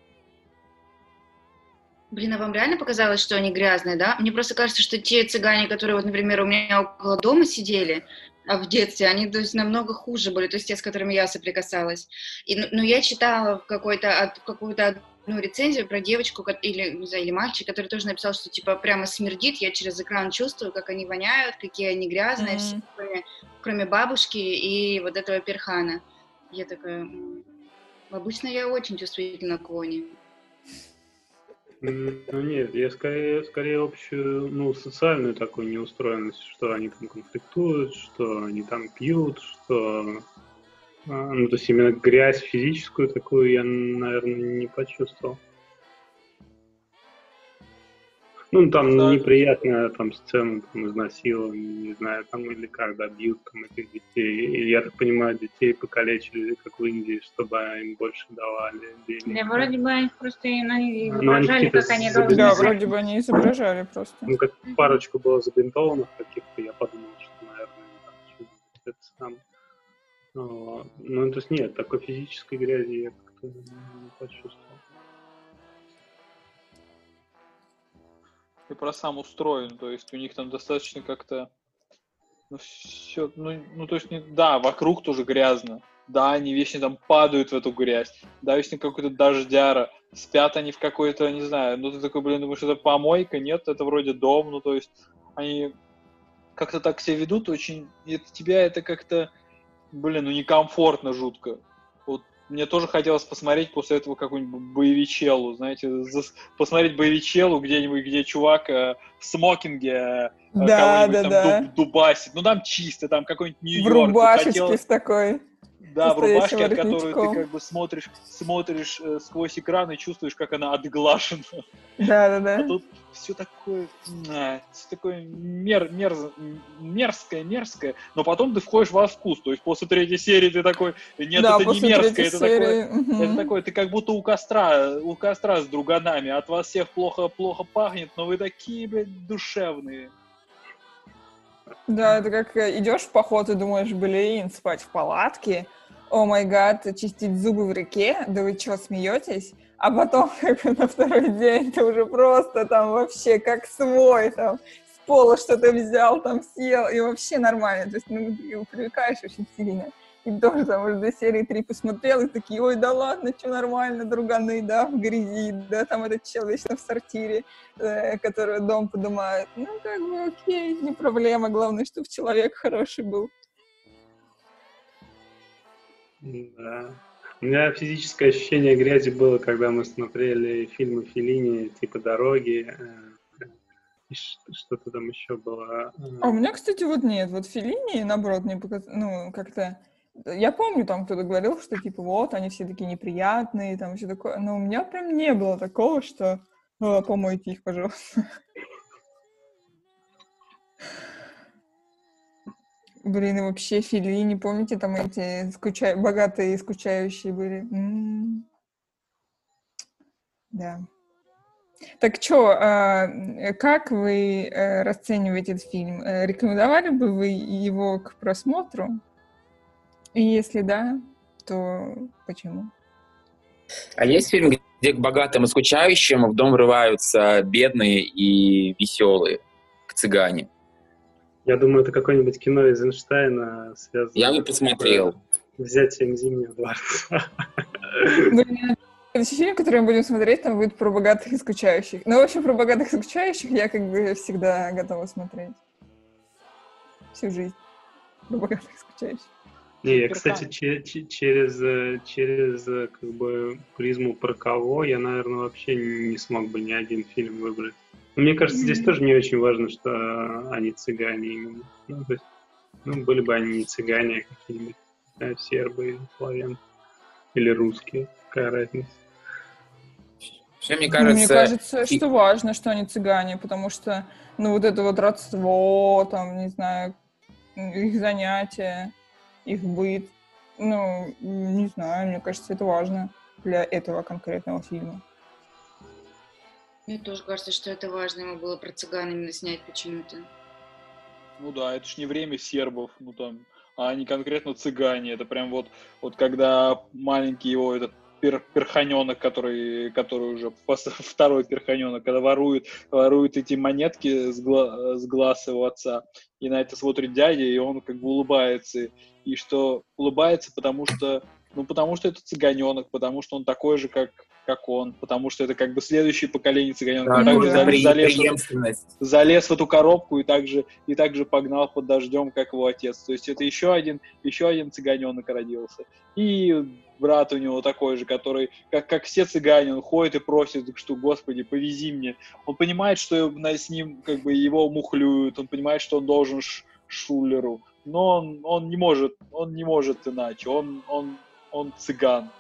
Блин, а вам реально показалось, что они грязные, да? Мне просто кажется, что те цыгане, которые, вот, например, у меня около дома сидели, а в детстве, они, то есть, намного хуже были, то есть те, с которыми я соприкасалась. И, ну, ну, я читала в какой-то, в какую-то одну рецензию про девочку или, не знаю, или мальчик, который тоже написал, что, типа, прямо смердит, я через экран чувствую, как они воняют, какие они грязные, Mm. все, кроме, кроме бабушки и вот этого перхана. Я такая, обычно я очень чувствительна к воне. Ну нет, я скорее, скорее общую, ну, социальную такую неустроенность, что они там конфликтуют, что они там пьют, что... а, Ну, то есть именно грязь физическую такую я, наверное, не почувствовал. Ну, там Да. неприятная там сцена, там, изнасилования, не знаю, там, или когда бьют там этих детей. И, я так понимаю, детей покалечили, как в Индии, чтобы им больше давали денег. Да, вроде бы они просто и на- и Ну, они изображали, какие-то как они забинтованные. Да, должны вроде бы они изображали просто. Ну, как парочку было забинтованных каких-то, я подумал, что, наверное, там что-то это сам. Но, ну, то есть нет, такой физической грязи я как-то не почувствовал. И про сам устроен, то есть у них там достаточно как-то, ну, все, ну, ну, то есть, не, да, вокруг тоже грязно, да, они вечно там падают в эту грязь, да, вечно какой-то дождяра, спят они в какой-то, не знаю, ну, ты такой, блин, думаешь, это помойка, нет, это вроде дом, ну, то есть, они как-то так себя ведут очень, и это, тебя это как-то, блин, ну, некомфортно жутко. Вот мне тоже хотелось посмотреть после этого какую-нибудь боевичелу, знаете, зас- посмотреть боевичелу где-нибудь, где чувак э, в смокинге э, Да, кого-нибудь да, там да. дуб- дубасит. Ну, там чисто, там какой-нибудь В Нью-Йорк. Вот рубашечке хотелось- с такой. Да, в настоящим рубашке, от которой ты воротничком. как бы смотришь, смотришь э, сквозь экран и чувствуешь, как она отглажена. Да, да, А да. тут все такое, а, все такое мер, мерз- мерзкое, мерзкое, но потом ты входишь во вкус, то есть после третьей серии ты такой, нет, Да, это не после мерзкое, третьей это такое, серии. мгм. это такое, ты как будто у костра, у костра с друганами, от вас всех плохо, плохо пахнет, но вы такие, блядь, душевные. Да, это как э, идешь в поход и думаешь, блин, спать в палатке, о май гад, чистить зубы в реке, да вы чё, смеетесь? А потом как бы, на второй день ты уже просто там вообще как свой, там, с пола что-то взял, там съел, и вообще нормально, то есть, ну, ты привыкаешь очень сильно. И тоже там уже до серии три посмотрел, и такие, ой, да ладно, что нормально, друганы, да, в грязи, да, там этот чел вечно в сортире, э, который дом подымает. Ну, как бы, окей, не проблема, главное, чтобы человек хороший был. Да. У меня физическое ощущение грязи было, когда мы смотрели фильмы Феллини, типа «Дороги», э, и ш- что-то там еще было. э, А у меня, кстати, вот нет, вот Феллини, наоборот, мне показалось, ну, как-то, я помню, там кто-то говорил, что, типа, вот, они все такие неприятные, там, все такое, но у меня прям не было такого, что, «А, помойте их, пожалуйста». Блин, и вообще Феллини, помните, там эти скуча... богатые и скучающие были? М. Да. Так что, как вы э, расцениваете этот фильм? Э, Рекомендовали бы вы его к просмотру? И если да, то почему? А есть фильм, где к богатым и скучающим в дом врываются бедные и веселые, к цыгане? Я думаю, это какое-нибудь кино из Эйнштейна, связанное Я бы с посмотрел. э, взятием Зимнего дворца. Блин, следующий фильм, который мы будем смотреть, там будет про богатых и скучающих. Ну, в общем, про богатых и скучающих я как бы всегда готова смотреть. Всю жизнь. Про богатых и скучающих. Не, я, кстати, че- че- через, э, через э, как бы призму про кого я, наверное, вообще не смог бы ни один фильм выбрать. Но мне кажется, здесь тоже не очень важно, что э, они цыгане именно. Ну, то есть, ну, были бы они не цыгане, а какие-нибудь э, сербы или славяне. Или русские. Какая разница? Вообще, мне Ну, кажется, мне кажется, и- что важно, что они цыгане, потому что, ну, вот это вот родство, там, не знаю, их занятия, их быт, ну, не знаю, мне кажется, это важно для этого конкретного фильма. Мне тоже кажется, что это важно, ему было про цыган именно снять почему-то. Ну да, это ж не время сербов, ну там, а они конкретно цыгане. Это прям вот, вот когда маленький его этот пер, перханенок, который, который уже пос- второй перханенок, когда ворует, ворует эти монетки с, гла- с глаз его отца, и на это смотрит дядя, и он как бы улыбается, и что улыбается, потому что, ну потому что это цыганенок, потому что он такой же, как, как он, потому что это как бы следующее поколение цыганенка. Да, Он также да. залез, при- залез, в эту, преемственность. залез в эту коробку и также, и также погнал под дождем, как его отец. То есть это еще один, еще один цыганенок родился. И брат у него такой же, который, как, как все цыгане, он ходит и просит, что, Господи, повези мне. Он понимает, что с ним как бы его мухлюют, он понимает, что он должен ш- шулеру, но он, он не может, он не может иначе, он, он, он цыган.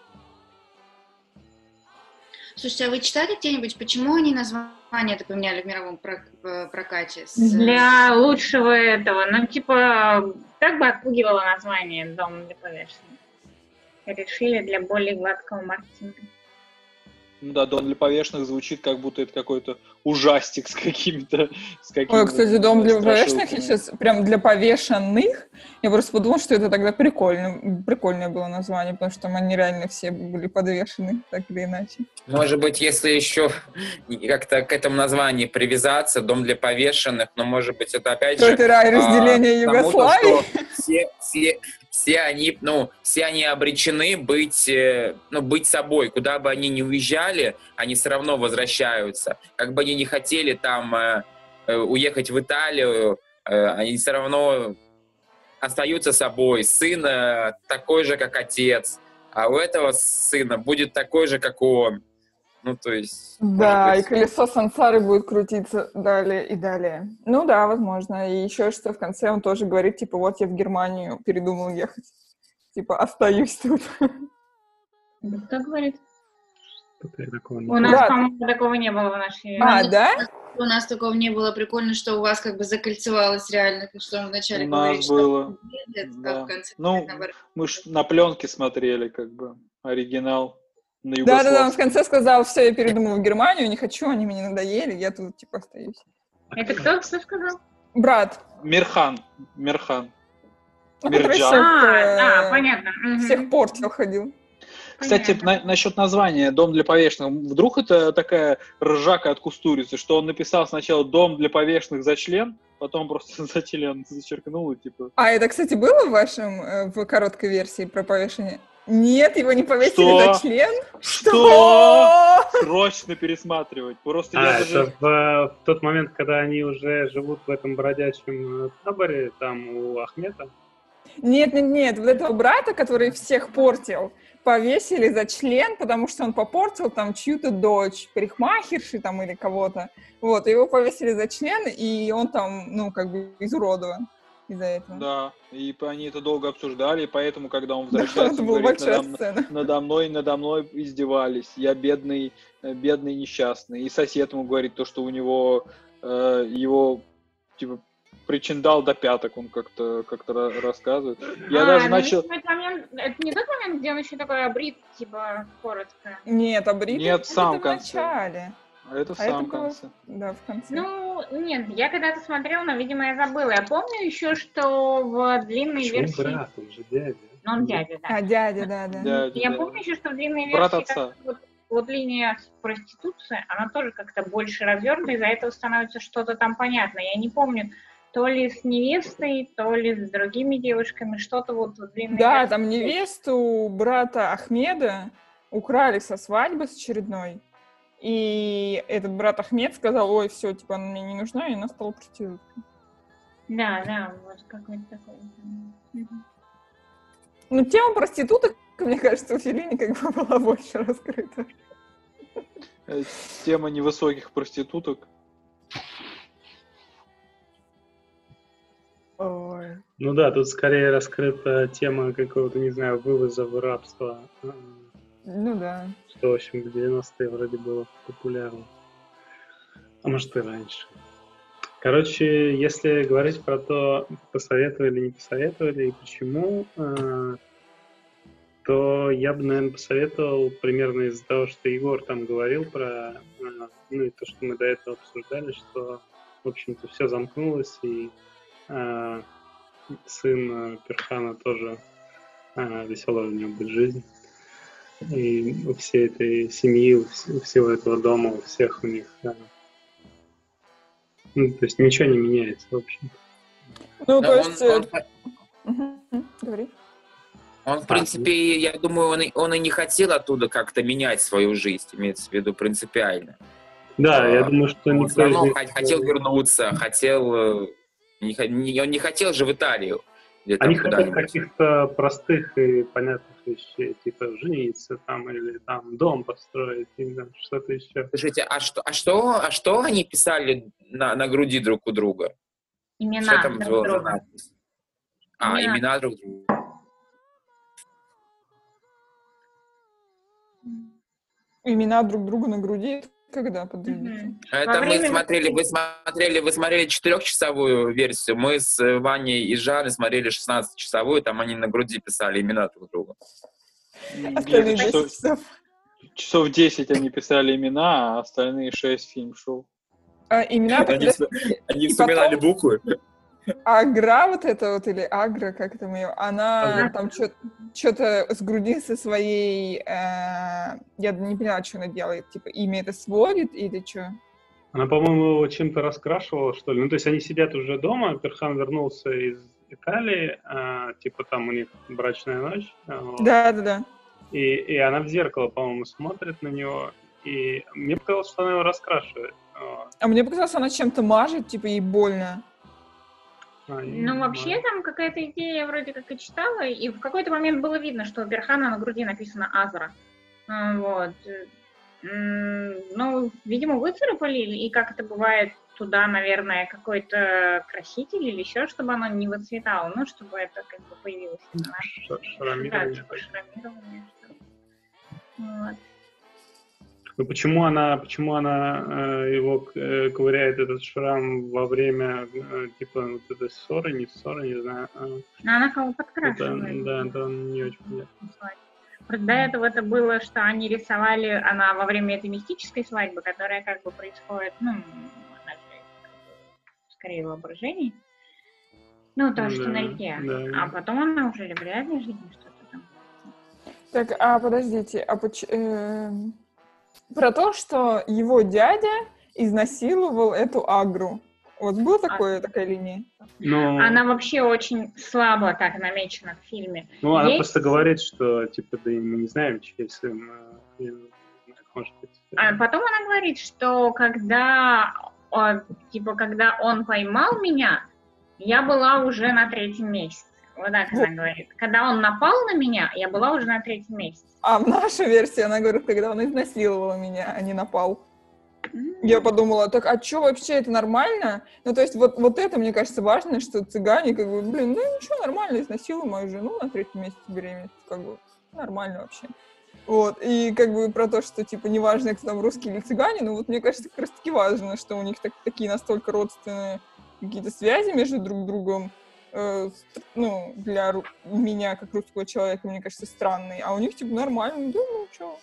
Слушайте, а вы читали где-нибудь, почему они название это поменяли в мировом про- прокате? С... Для лучшего этого, ну, типа, как бы отпугивало название «Дом для повешенных». Решили для более гладкого маркетинга. Ну да, «Дом для повешенных» звучит, как будто это какой-то ужастик с какими-то... С какими-то Ой, кстати, дом для повешенных, я страшилками. сейчас прям для повешенных, я просто подумала, что это тогда прикольно, прикольное было название, потому что там они реально все были подвешены, так или иначе. Может быть, если еще как-то к этому названию привязаться, дом для повешенных, но, может быть, это опять То же... это рай разделения а, тому, то, Югославии? что все, все, все, они, ну, все они обречены быть, э, ну, быть собой. Куда бы они ни уезжали, они все равно возвращаются. Как бы они ни хотели там э, э, уехать в Италию, э, они все равно остаются собой. Сын э, такой же, как отец. А у этого сына будет такой же, как он. Ну, то есть... Да, может и быть, колесо сансары будет крутиться далее и далее. Ну да, возможно. И еще что в конце он тоже говорит, типа, вот я в Германию передумал ехать. Типа, остаюсь тут. Кто говорит? Что-то я такого не У нас, Да. по-моему, такого не было в нашей... А, да? У нас такого не было. Прикольно, что у вас как бы закольцевалось реально, что он вначале У говорит, нас что было. он едет, Да. а в конце Ну, наоборот. мы ж на пленке смотрели, как бы, оригинал на Да-да-да, он в югославском. конце сказал, все, я передумал в Германию, не хочу, они мне надоели, я тут, типа, остаюсь. Это кто, кто сказал? Брат. Мирхан. Мирхан. Ну, который Мирджан. всех, А, э, а, понятно. Мгм. всех портил ходил. Кстати, Понятно. на- насчет названия «Дом для повешенных». Вдруг это такая ржака от Кустурицы, что он написал сначала «Дом для повешенных за член», потом просто за член зачеркнул и типа... А это, кстати, было в вашем, э, в короткой версии про повешение? Нет, его не повесили Что? за член? Что? Срочно пересматривать. Просто я А, даже... это в, э, в тот момент, когда они уже живут в этом бродячем э, таборе, там у Ахмета. Нет, нет, нет, вот этого брата, который всех портил, повесили за член, потому что он попортил там чью-то дочь, парикмахерши там или кого-то. Вот, его повесили за член, и он там, ну, как бы изуродован из-за этого. Да, и по- они это долго обсуждали, и поэтому, когда он Да, возвращается, это он была говорит, большая надо, сцена. надо мной, надо мной издевались, я бедный, э, бедный несчастный. И сосед ему говорит то, что у него, э, его, типа, причиндал до пяток, он как-то как-то ра- рассказывает. Я А, даже ну, начал... видимо, это момент- это не тот момент, где он еще такой обрит, типа, коротко. Нет, а бритый Нет, в это самом в конце. начале. А это в А это самом было, конце. да, в конце. Ну, нет, я когда-то смотрела, но, видимо, я забыла. Я помню еще, что в длинной Почему версии... брат? Он же дядя. Ну, он дядя, да. А, дядя, да, да. Дядя, Я да. помню еще, что в длинной Брат версии отца. как-то вот, вот линия с проституцией, она тоже как-то больше развернута, из-за этого становится что-то там понятно. Я не помню, то ли с невестой, то ли с другими девушками, что-то вот в длинной Да, версии. там невесту брата Ахмеда украли со свадьбы с очередной. И этот брат Ахмед сказал, ой, все, типа, она мне не нужна, и она стала проституткой. Да, да, вот какой-то такой. Мгм. Ну, тема проституток, мне кажется, у Феллини как бы была больше раскрыта. Э, Тема невысоких проституток. Ой. Ну да, тут скорее раскрыта тема какого-то, не знаю, вывоза в рабство, э, Ну да. что, в общем, в девяностые вроде было популярно. А может и раньше. Короче, если говорить про то, посоветовали, не посоветовали и почему, э, то я бы, наверное, посоветовал примерно из-за того, что Егор там говорил про, э, ну и то, что мы до этого обсуждали, что, в общем-то, все замкнулось, и э, сын э, Перхана тоже э, веселая у него будет жизнь. И у всей этой семьи, у вс- у всего этого дома, у всех у них... э, ну, то есть ничего не меняется, в общем. Ну, Но то он- есть... э, он мгм, мгм, говори. Он, в принципе, я думаю, он и, он и не хотел оттуда как-то менять свою жизнь, имеется в виду принципиально. Да, а, я думаю, что он никто все равно из них... хотел вернуться, хотел... Не, не, он не хотел же в Италию. Они хотят каких-то простых и понятных вещей, типа жениться там, или там дом построить, или там, что-то еще. Слушайте, а что, а что, а что они писали на, на груди друг у друга? Имена Что там друг было за друга. надпись? А, Имена. имена друг друга. Имена друг другу на груди. Когда, подождите? Мгм. Это Во мы время смотрели, вы смотрели, вы смотрели четырехчасовую версию, мы с Ваней и Жанной смотрели шестнадцатичасовую, там они на груди писали имена друг друга. Остальные Где-то десять часов. Часов десять они писали имена, а остальные шесть фильм шел. А, имена Они, тогда... вспо- они И вспоминали потом- буквы. Агра вот эта вот, или Агра, как это ее, она Агра. там что-то с груди со своей... э, я не поняла, что она делает. Типа имя это сводит или что? Она, по-моему, его чем-то раскрашивала, что ли. Ну, то есть они сидят уже дома, Перхан вернулся из Италии, а, типа там у них брачная ночь. а, вот. Да-да-да. И, и она в зеркало, по-моему, смотрит на него, и мне показалось, что она его раскрашивает. Вот. А мне показалось, она чем-то мажет, типа ей больно. А, и- Ну, вообще, там какая-то идея я вроде как и читала, и в какой-то момент было видно, что у Перхана на груди написано «Азра». А, Вот. М, Ну, видимо, выцарапали, и как это бывает, туда, наверное, какой-то краситель или еще, чтобы оно не выцветало, ну, чтобы это как бы появилось. Ш- Да, шрамирование. типа шрамирование. что-то. Вот. Ну, почему она, почему она э, его э, ковыряет, этот шрам, во время, э, типа, вот этой ссоры, не ссоры, не знаю. а, Но она кого это, подкрашивает. да, это не очень понятно. Просто до этого это было, что они рисовали, она во время этой мистической свадьбы, которая как бы происходит, ну, она же, как бы, скорее воображение. Ну, то, что Да, на реке. да. А потом она уже в реальной жизни что-то там. Так, а подождите, а поч- эм, про то, что его дядя изнасиловал эту Агру. Вот была такое, такая линия? Ну, Она вообще очень слабо так намечена в фильме. ну, она есть- просто говорит, что, типа, да и мы не знаем, чей сын, а, и, может быть. А потом она говорит, что когда, о, типа, когда он поймал меня, я была уже на третьем месяце. Вот так она говорит. Когда он напал на меня, я была уже на третьем месяце. А в нашей версии она говорит, когда он изнасиловал меня, а не напал. Я подумала, так а что вообще, это нормально? Ну, то есть вот, вот это, мне кажется, важно, что цыгане, как бы, блин, ну ничего, нормально, изнасилуй мою жену на третьем месяце беременности, как бы, нормально вообще. Вот, и как бы про то, что, типа, неважно, кто там русский или цыгане, ну вот мне кажется, как раз-таки важно, что у них так, такие настолько родственные какие-то связи между друг другом, э, ну, для ру- меня, как русского человека, мне кажется, странные, а у них, типа, нормально, да, ну, чё.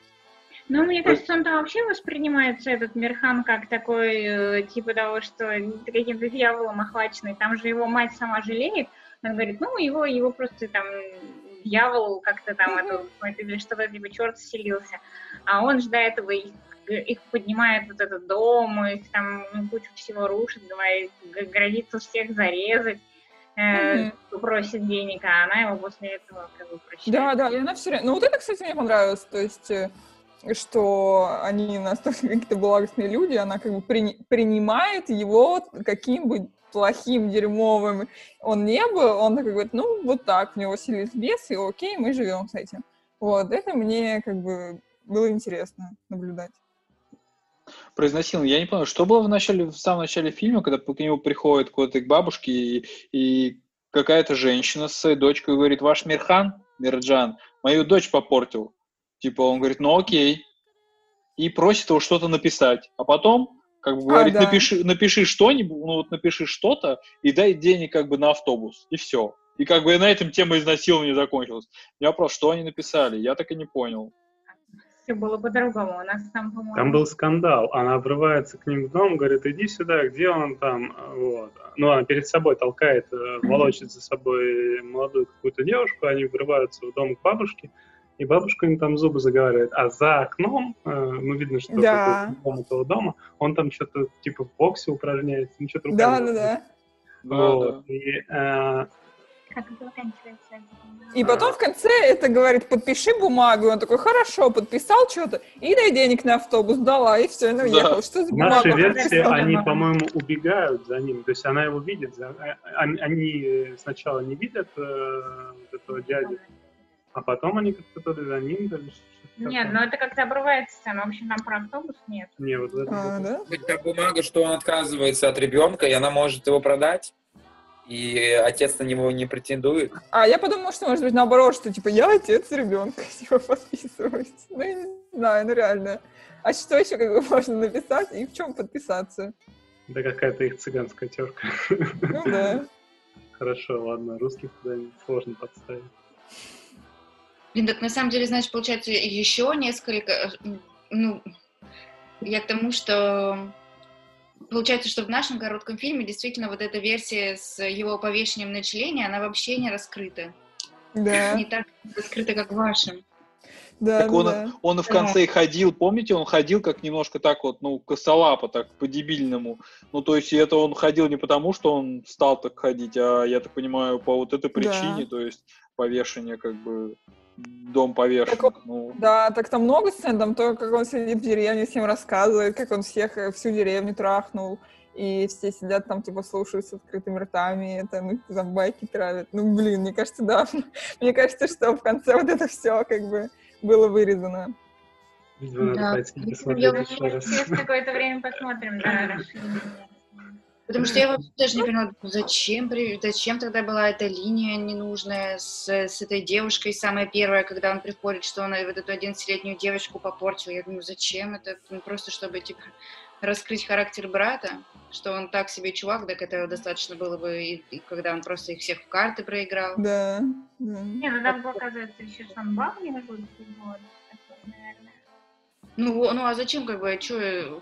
Ну, мне кажется, он там вообще воспринимается, этот Мирхан, как такой, э, типа того, что каким-то дьяволом охваченный. Там же его мать сама жалеет. Она говорит, ну, его, его просто там дьявол как-то там, это, или что-то, типа, черт вселился. А он же до этого их, их поднимает вот этот дом, их там ну, кучу всего рушит, говорит, г- грозится всех зарезать, э, Мгм. просит денег, а она его после этого как бы прощает. Да, да, и она все время... Ну, вот это, кстати, мне понравилось, то есть, э, что они настолько какие-то благостные люди, она как бы прини- принимает его, каким бы плохим, дерьмовым он не был, он такой говорит, ну, вот так, у него вселились бесы, и окей, мы живем с этим. Вот, это мне как бы было интересно наблюдать. Про изнасилование. Я не понял, что было в начале, в самом начале фильма, когда к нему приходит куда-то к бабушке, и, и какая-то женщина с своей дочкой говорит, ваш Мирхан, Мирджан, мою дочь попортил. Типа он говорит, ну окей. И просит его что-то написать. А потом, как бы говорит, А, да. напиши, напиши что-нибудь, ну вот напиши что-то и дай денег как бы на автобус. И все. И как бы на этом тема изнасилования закончилась. Я вопрос, что они написали? Я так и не понял. Все было по-другому. У нас там, по-моему... Там был скандал. Она врывается к ним в дом, говорит, иди сюда, где он там? Вот. Ну, она перед собой толкает, э, волочит за собой молодую какую-то девушку, они врываются в дом к бабушке, и бабушка им там зубы заговаривает. А за окном, э, ну, видно, что Да. какой-то дом этого дома, он там что-то типа в боксе упражняется, ну, что-то руками. Да, да, да. Да, Вот. да. И, э, Как это заканчивается? И потом в конце это говорит, подпиши бумагу. И он такой, хорошо, подписал что-то, и дай денег на автобус, дала, и все, и уехал. Да. Что за В нашей бумага? версии они, по-моему, убегают за ним. То есть она его видит. за- а- а- Они сначала не видят э, вот этого дядю, а потом они как-то то ли за ним, то ли что-то Нет, такое. ну это как-то обрывается сцена. В общем, там про автобус нет. Не, вот в этом А, вот- да? Быть как бумага, что он отказывается от ребенка, и она может его продать, и отец на него не претендует. А я подумала, что может быть наоборот, что типа я отец ребенка, типа подписываюсь. Ну, я не знаю, ну реально. А что еще как бы можно написать и в чем подписаться? Да какая-то их цыганская терка. Ну да. Хорошо, ладно, русских туда сложно подставить. Блин, так на самом деле, значит, получается, еще несколько... э, Ну, я к тому, что... Получается, что в нашем коротком фильме действительно вот эта версия с его повешением на члене, она вообще не раскрыта. Да, Не так раскрыта, как в вашем. да, Так он, да. он и в конце и ходил, помните, он ходил как немножко так вот, ну, косолапо, так, по-дебильному. Ну, то есть, и это он ходил не потому, что он стал так ходить, а, я так понимаю, по вот этой причине, Да. то есть, повешение, как бы, дом повешен. Так он- Ну, Да, так там много сцен, там то, как он сидит в деревне, всем рассказывает, как он всех, э, всю деревню трахнул, и все сидят там, типа, слушают с открытыми ртами, это, ну, там байки травят. Ну, блин, мне кажется, да. Мне кажется, что в конце вот это все, как бы, было вырезано. Видимо, надо Да. пойти Я посмотреть еще раз. Через какое-то время посмотрим, да, расширение. Потому что я вообще даже не поняла, зачем, при- зачем тогда была эта линия ненужная с, с этой девушкой, самая первая, когда он приходит, что он вот эту одиннадцатилетнюю девочку попортил. Я думаю, зачем это? Ну, просто чтобы, типа, раскрыть характер брата, что он так себе чувак, так это достаточно было бы, и, и когда он просто их всех в карты проиграл. Да, да. Не, ну там показывается еще, что он бабу не выглядит, вот, такое, наверное. Ну, ну а зачем, как бы, что,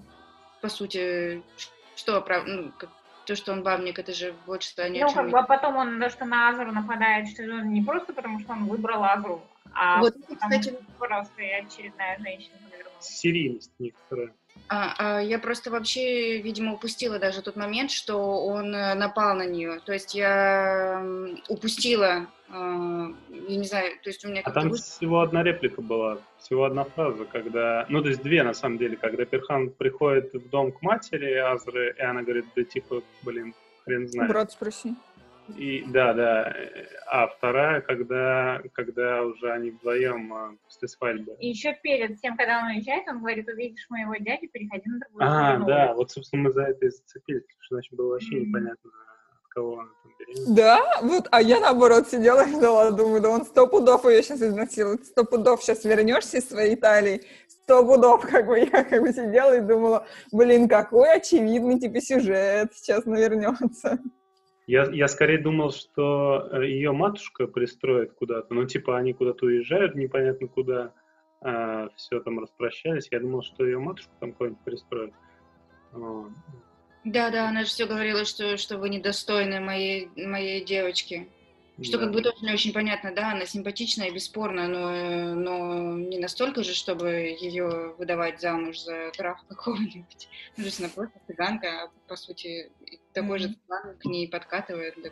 по сути, что, прав- ну, как- то, что он бабник, это же больше ни о Ну, чем как не- бы, а потом он, то, что на Азуру нападает, что он не просто потому, что он выбрал Азуру, а Вот, потому кстати, что просто и очередная женщина повернулась. Серийность некоторая. А, а, я просто вообще, видимо, упустила даже тот момент, что он э, напал на нее. То есть я м, упустила, э, я не знаю, то есть у меня А как-то... там выш- всего одна реплика была, всего одна фраза, когда, ну, то есть две, на самом деле, когда Перхан приходит в дом к матери Азры, и она говорит, да типа, блин, хрен знает. Брат, спроси. И, да, да, а вторая, когда, когда уже они вдвоем а, после свадьбы. И еще перед тем, когда он уезжает, он говорит, увидишь моего дядю, переходи на другую А, сторону да, улицы. вот, собственно, мы за это и зацепились, потому что иначе было вообще Мгм. непонятно, от кого она там беременна. Да, вот, а я наоборот сидела и ждала, думаю, да он сто пудов ее сейчас изнасилует, сто пудов сейчас вернешься из своей Италии, сто пудов, как бы, я как бы сидела и думала, блин, какой очевидный, типа, сюжет сейчас навернется. Я, я скорее думал, что ее матушка пристроит куда-то, ну, типа, они куда-то уезжают, непонятно куда, а, все там распрощались. Я думал, что ее матушку там куда-нибудь пристроят. Вот. Да-да, она же все говорила, что, что вы недостойны моей, моей девочки. Что Да. как бы тоже не очень понятно, да, она симпатичная, бесспорно, но, э, но не настолько же, чтобы ее выдавать замуж за графа какого-нибудь. Ну, то есть она просто цыганка, а по сути и такой же Мгм. цыган к ней подкатывает. Да.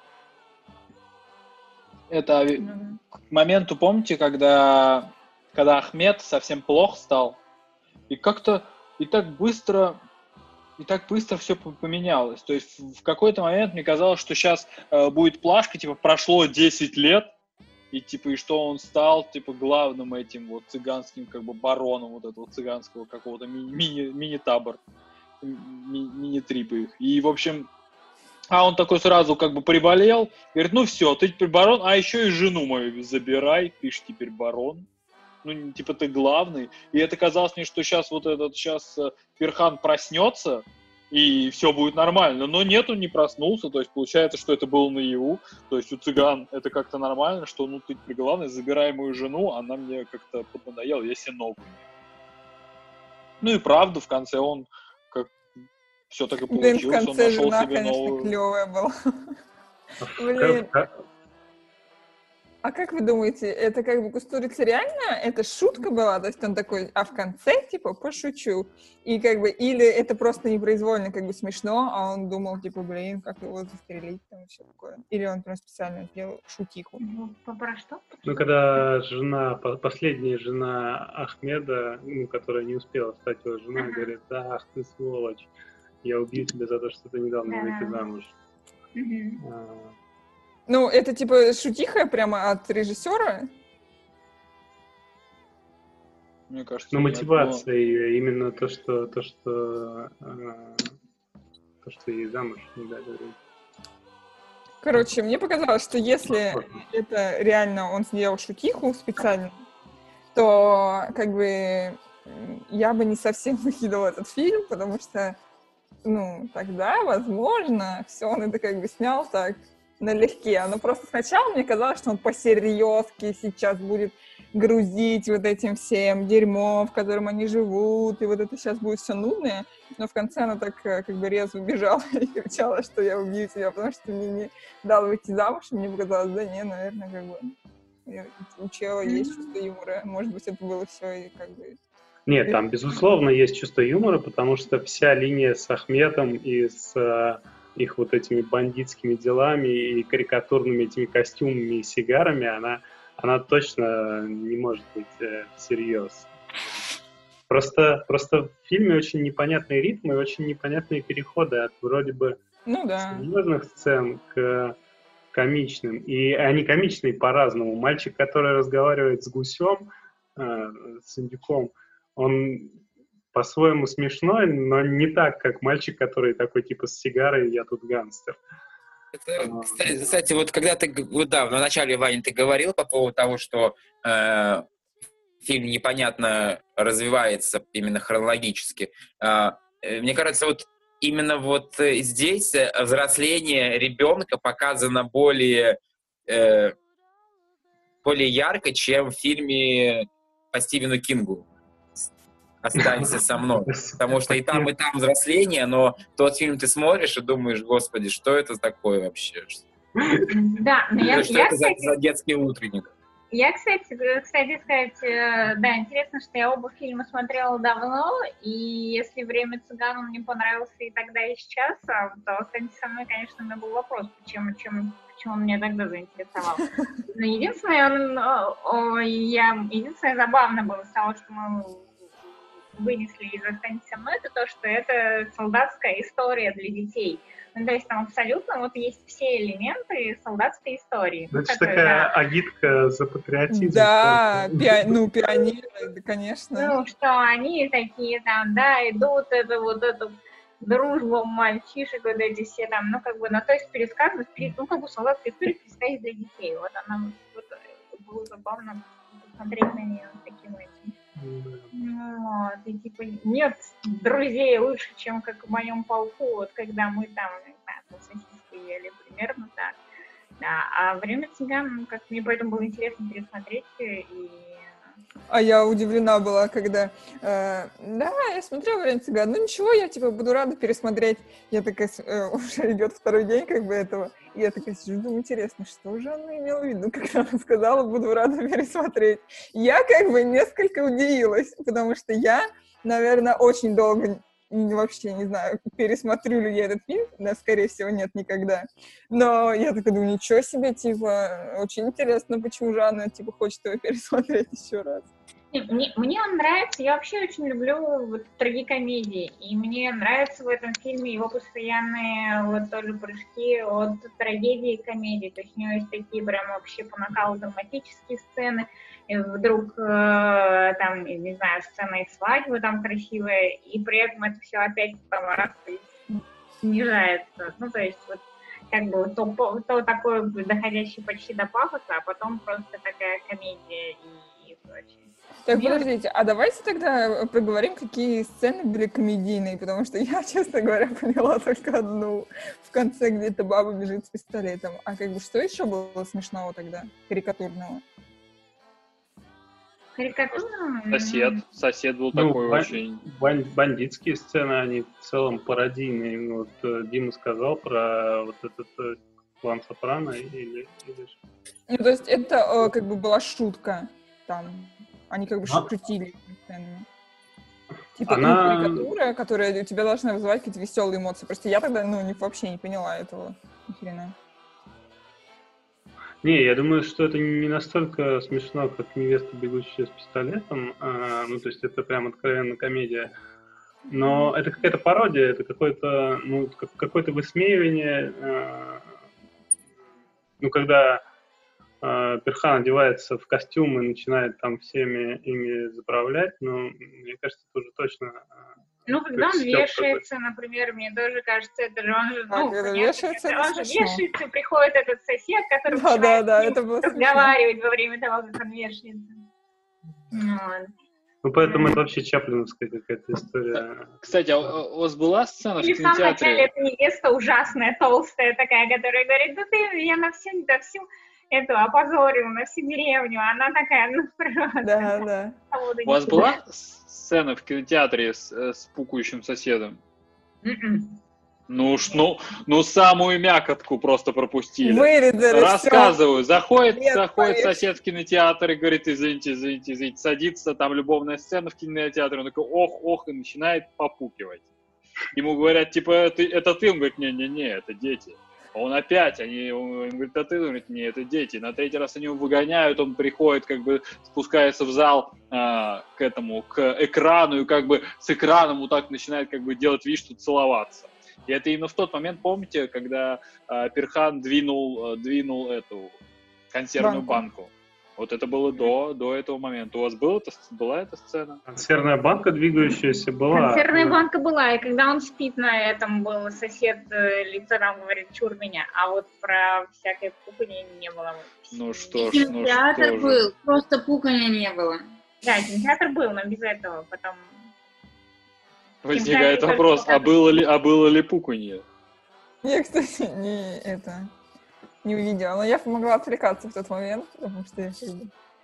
это к моменту, помните, когда, когда Ахмед совсем плох стал, и как-то, и так быстро, и так быстро все поменялось. То есть в какой-то момент мне казалось, что сейчас э, будет плашка, типа, прошло десять лет, и типа, и что он стал, типа, главным этим вот цыганским, как бы, бароном вот этого цыганского какого-то ми- мини- мини-табор, ми- мини-трипа их. И, в общем, а он такой сразу как бы приболел, говорит, ну все, ты теперь барон, а еще и жену мою забирай, ты ж теперь барон. Ну, типа, ты главный. И это казалось мне, что сейчас вот этот, сейчас Перхан проснется, и все будет нормально. Но нет, он не проснулся, то есть получается, что это было наяву. То есть у цыган это как-то нормально, что, ну, ты теперь главный, забирай мою жену, она мне как-то поднадоела, я себе ногу. Ну и правда, в конце он как все так и Блин, в получилось, он конце нашел жена, себе конечно, новую... клевая была. А в Блин. ко- А как вы думаете, это как бы Кустурица реально, это шутка была, то есть он такой, а в конце, типа, пошучу, и как бы, или это просто непроизвольно, как бы смешно, а он думал, типа, блин, как его застрелить, там, все такое, или он прям специально сделал шутиху. Ну, про что? Ну, когда жена, по- последняя жена Ахмеда, ну, которая не успела стать его женой, Ага. говорит, ах ты сволочь, я убью тебя за то, что ты не дал мне выйти Да. замуж. Мгм. А, Ну, это, типа, шутиха прямо от режиссера? Мне кажется, Ну, нет, мотивация ее, именно то, что, то, что, а, то, что ей замуж не дали выйти. Короче, мне показалось, что если это реально он сделал шутиху специально, то как бы м, я бы не совсем выкидывала этот фильм, потому что, ну, тогда, возможно, все он это как бы снял так налегке. Но просто сначала мне казалось, что он по-серьезки сейчас будет грузить вот этим всем дерьмом, в котором они живут, и вот это сейчас будет все нудное. Но в конце она так э, как бы резво бежала и кричала, что я убью тебя, потому что мне не дал выйти замуж, и мне показалось, да не, наверное, как бы я- у чела есть чувство юмора. Может быть, это было все и как бы... Нет, там, безусловно, есть чувство юмора, потому что вся линия с Ахметом и с э, их вот этими бандитскими делами и карикатурными этими костюмами и сигарами, она, она точно не может быть э, всерьез. Просто, просто в фильме очень непонятные ритмы и очень непонятные переходы от вроде бы Ну да. серьезных сцен к комичным. И они комичные по-разному. Мальчик, который разговаривает с гусем, э, с индюком, он по-своему смешной, но не так, как мальчик, который такой типа с сигарой, я тут гангстер. Это, кстати, кстати, вот когда ты, г- вот да, в начале, Ваня, ты говорил по поводу того, что э, фильм непонятно развивается именно хронологически. Э, э, мне кажется, вот именно вот э, здесь э, взросление ребенка показано более, э, более ярко, чем в фильме по Стивену Кингу «Останься со мной». Потому что и там, и там взросление, но тот фильм ты смотришь и думаешь, господи, что это такое вообще? Да, но я, Что я, это за, кстати, за детский утренник? я, кстати, г- кстати сказать, э, да, интересно, что я оба фильма смотрела давно, и если «Время цыган» он мне понравился и тогда, и сейчас, а, то «Останься со мной», конечно, у меня был вопрос, почему, чем, почему он меня тогда заинтересовал. Но единственное, он, о, о, я, единственное забавно было с того, что мы вынесли из «Останься со мной», это то, что это солдатская история для детей. Ну, то есть там абсолютно вот есть все элементы солдатской истории. Ну, Ну, это же такой, такая да. агитка за патриотизм. Да, просто. пи- ну, пионеры, да, конечно. Ну, что они такие там, да, идут, это вот эту дружбу мальчишек, вот эти все там, ну, как бы, ну, то есть пересказывать, пере- ну, как бы солдатская история пересказать для детей. Вот она, вот, было забавно посмотреть на нее таким этим. Ну, вот, и типа нет друзей лучше, чем как в моем полку, вот когда мы там, не знаю, там сосиски ели, примерно так. Да, а «Время цыган», ну, как мне поэтому было интересно пересмотреть, и А я удивлена была, когда... э, да, я смотрела «Время цыган», ну ничего, я типа буду рада пересмотреть. Я такая, с- э, уже идет второй день как бы этого. И я такая сижу, думаю, интересно, что же она имела в виду, когда она сказала, буду рада пересмотреть. Я как бы несколько удивилась, потому что я, наверное, очень долго н- вообще не знаю, пересмотрю ли я этот фильм, да, скорее всего, нет никогда. Но я такая думаю, ничего себе, типа, очень интересно, почему же она, типа, хочет его пересмотреть еще раз. Не, Мне, мне он нравится, я вообще очень люблю вот трагикомедии, и мне нравятся в этом фильме его постоянные вот тоже прыжки от трагедии к комедии, то есть у него есть такие прям вообще по накалу драматические сцены, и вдруг э, там, не знаю, сцена из свадьбы там красивая, и при этом это все опять там раз и снижается, ну то есть вот как бы то, по- то такое доходящее почти до пафоса, а потом просто такая комедия и, и прочее. Так, Мне- подождите, а давайте тогда проговорим, какие сцены были комедийные, потому что я, честно говоря, поняла только одну. В конце где-то баба бежит с пистолетом. А как бы что еще было смешного тогда, карикатурного? Карикатура? Сосед. Сосед был Ну, такой бан- очень... бан- бандитские сцены, они в целом пародийные. Ну, вот э, Дима сказал про вот этот э, клан Сопрано или... или... Ну, то есть это э, как бы была шутка там. Они как бы А? шутили сценами. Типа Она... карикатура, которая у тебя должна вызывать какие-то веселые эмоции. Просто я тогда, ну, не, вообще не поняла этого. Ни хрена. Не, я думаю, что это не настолько смешно, как «Невеста, бегущая с пистолетом». А, ну, то есть это прям откровенно комедия. Но это какая-то пародия, это какое-то, ну, как, какое-то высмеивание. А, ну, когда а, Перхан одевается в костюм и начинает там всеми ими заправлять, ну, мне кажется, это уже точно... Ну, когда он вешается, например, мне тоже кажется, это же он же, А, ну, когда понятно, вешается, это это он же смешно. вешается, и приходит этот сосед, который Да, начинает да, да, с ним это было смешно. разговаривать во время того, как он вешается. Ну, ладно. Ну, поэтому это вообще чаплиновская какая-то история. Кстати, а у у вас была сцена в Или в самом начале кинотеатре? эта невеста ужасная, толстая такая, которая говорит, да ты меня на всю, на всю эту опозорил, на всю деревню. Она такая, ну, просто. Да, да. У вас была сцена в кинотеатре с, э, с пукающим соседом? М-м. Ну, уж, ну, ну, самую мякотку просто пропустили. Вырезали Рассказываю. Заходит, Нет, заходит повесь. сосед в кинотеатр и говорит, извините, извините, извините, садится, там любовная сцена в кинотеатре, он такой, ох, ох, и начинает попукивать. Ему говорят, типа, это, это ты? Он говорит, не-не-не, это дети. А он опять, они, он говорит, а ты? Он говорит, не, это дети. На третий раз они его выгоняют, он приходит, как бы спускается в зал а, к этому, к экрану, и как бы с экраном вот так начинает как бы делать вид, что целоваться. И это именно в тот момент, помните, когда а, Перхан двинул, а, двинул эту консервную банку. банку. Вот это было до, до этого момента. У вас был это, была эта сцена? Консервная банка двигающаяся была. Консервная банка была, и когда он спит на этом был, сосед э, лицо там говорит, чур меня, а вот про всякое пуканье не было. Ну что ж, ну Кинотеатр что же. был, просто пуканья не было. Да, кинотеатр был, но без этого, потом... Возникает вопрос, а было ли, а было ли пуканье? Я, кстати, не это не увидела, но я могла отвлекаться в тот момент, потому что я как бы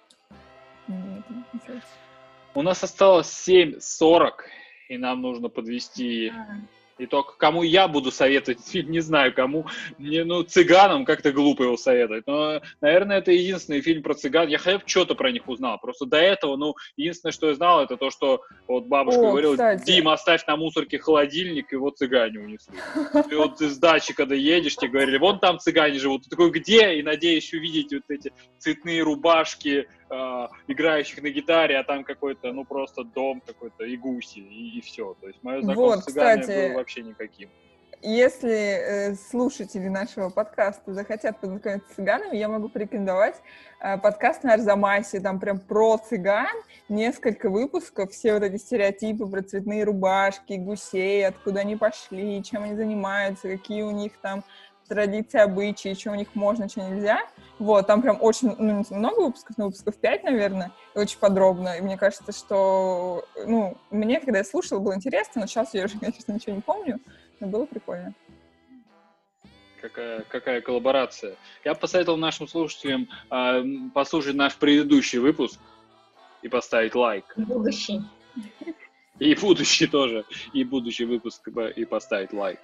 не это, не знаю. У нас осталось семь сорок, и нам нужно подвести итог. Кому я буду советовать фильм, не знаю кому. Мне, ну, цыганам как-то глупо его советовать. Но, наверное, это единственный фильм про цыган. Я хотя бы что-то про них узнал. Просто до этого, ну, единственное, что я знал, это то, что вот бабушка О, говорила, кстати. Дима, оставь на мусорке холодильник, и вот цыгане унесли. И вот ты с дачи, когда едешь, тебе говорили, вон там цыгане живут. Ты такой, где? И надеюсь увидеть вот эти цветные рубашки, э, играющих на гитаре, а там какой-то, ну, просто дом какой-то, и гуси, и, и все. То есть мое знакомство Вот, с цыганами кстати, было вообще никаким. Если э, слушатели нашего подкаста захотят познакомиться с цыганами, я могу порекомендовать э, подкаст на Арзамасе, там прям про цыган, несколько выпусков, все вот эти стереотипы про цветные рубашки, гусей, откуда они пошли, чем они занимаются, какие у них там традиции, обычаи, что у них можно, что нельзя. Вот, там прям очень, ну, не много выпусков, но выпусков пять, наверное, и очень подробно. И мне кажется, что, ну, мне, когда я слушала, было интересно, но сейчас я уже, конечно, ничего не помню, но было прикольно. Какая, какая коллаборация. Я бы посоветовал нашим слушателям э, послушать наш предыдущий выпуск и поставить лайк. Будущий. И будущий тоже. И будущий выпуск и поставить лайк.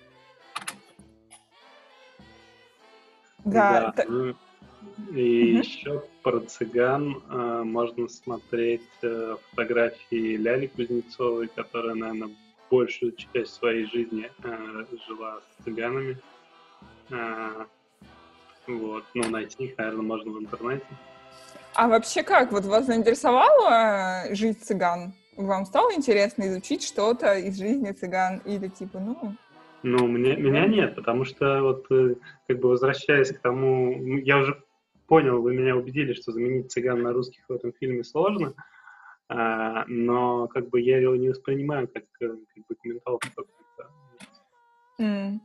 Да, Да, та- ну, и Мгм. еще про цыган э, можно смотреть э, фотографии Ляли Кузнецовой, которая, наверное, большую часть своей жизни э, жила с цыганами. Э, вот, ну, найти их, наверное, можно в интернете. А вообще как? Вот вас заинтересовало э, жизнь цыган? Вам стало интересно изучить что-то из жизни цыган? Или типа, ну... Ну, мне, меня нет, потому что вот, э, как бы возвращаясь к тому, ну, я уже понял, вы меня убедили, что заменить цыган на русских в этом фильме сложно, а, но как бы я его не воспринимаю как, э, как документалку какую-то. м.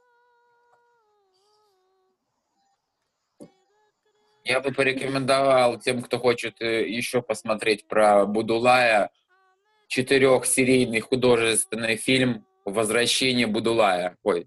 Я бы порекомендовал тем, кто хочет э, еще посмотреть про Будулая, четырехсерийный художественный фильм «Возвращение Будулая». Ой.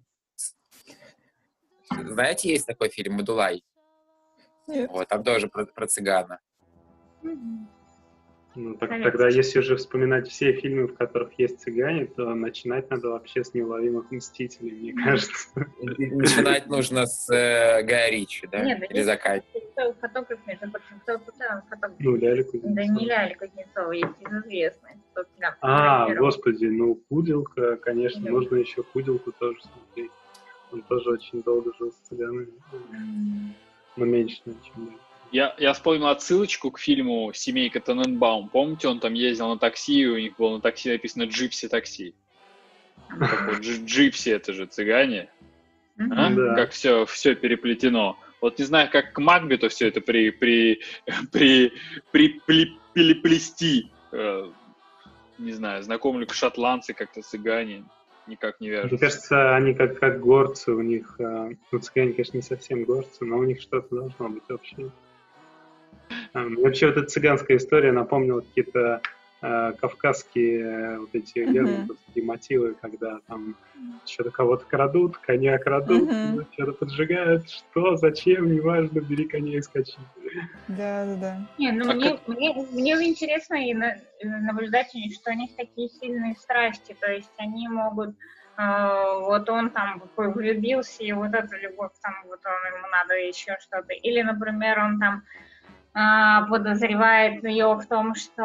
Знаете, есть такой фильм «Будулай»? Нет. Вот, там тоже про, про цыгана. Мгм. Ну, так, Советский. тогда, если уже вспоминать все фильмы, в которых есть цыгане, то начинать надо вообще с «Неуловимых мстителей», мне кажется. Начинать нужно с э, Гая Ричи, да? Нет, да Или есть Закати. фотограф, между прочим, кто тут там фотограф? Ну, Ляля Кузнецова. Да не Ляля Кузнецова, есть известный. Кто там А, фотографировал. господи, ну, Куделка, конечно, Да. нужно еще Куделку тоже смотреть. Он тоже очень долго жил с цыганами, М. но меньше, чем я. Я, я вспомнил отсылочку к фильму «Семейка Тененбаум». Помните, он там ездил на такси, и у них было на такси написано «Джипси такси». Так вот, дж- джипси — это же цыгане. Мгм. А? Да. Как все, все переплетено. Вот не знаю, как к Макбету все это при, при, при, при, при- переплести. Э, не знаю, знакомы ли шотландцы как-то цыгане, никак не Мне вяжутся. кажется, они как, как горцы, у них, э, ну, цыгане, конечно, не совсем горцы, но у них что-то должно быть общее. А, мне вообще вот эта цыганская история напомнила какие-то э, кавказские э, вот эти Мгм. лермонтовские мотивы, когда там что-то кого-то крадут, коня крадут, Мгм. что-то поджигают, что, зачем, неважно, бери коня и скачи. Да, да, да. Не, ну А мне, как- мне, мне интересно и на- и наблюдать у них, что у них такие сильные страсти, то есть они могут, э, вот он там влюбился, и вот эта любовь, там вот он, ему надо еще что-то, или, например, он там а, подозревает ее в том, что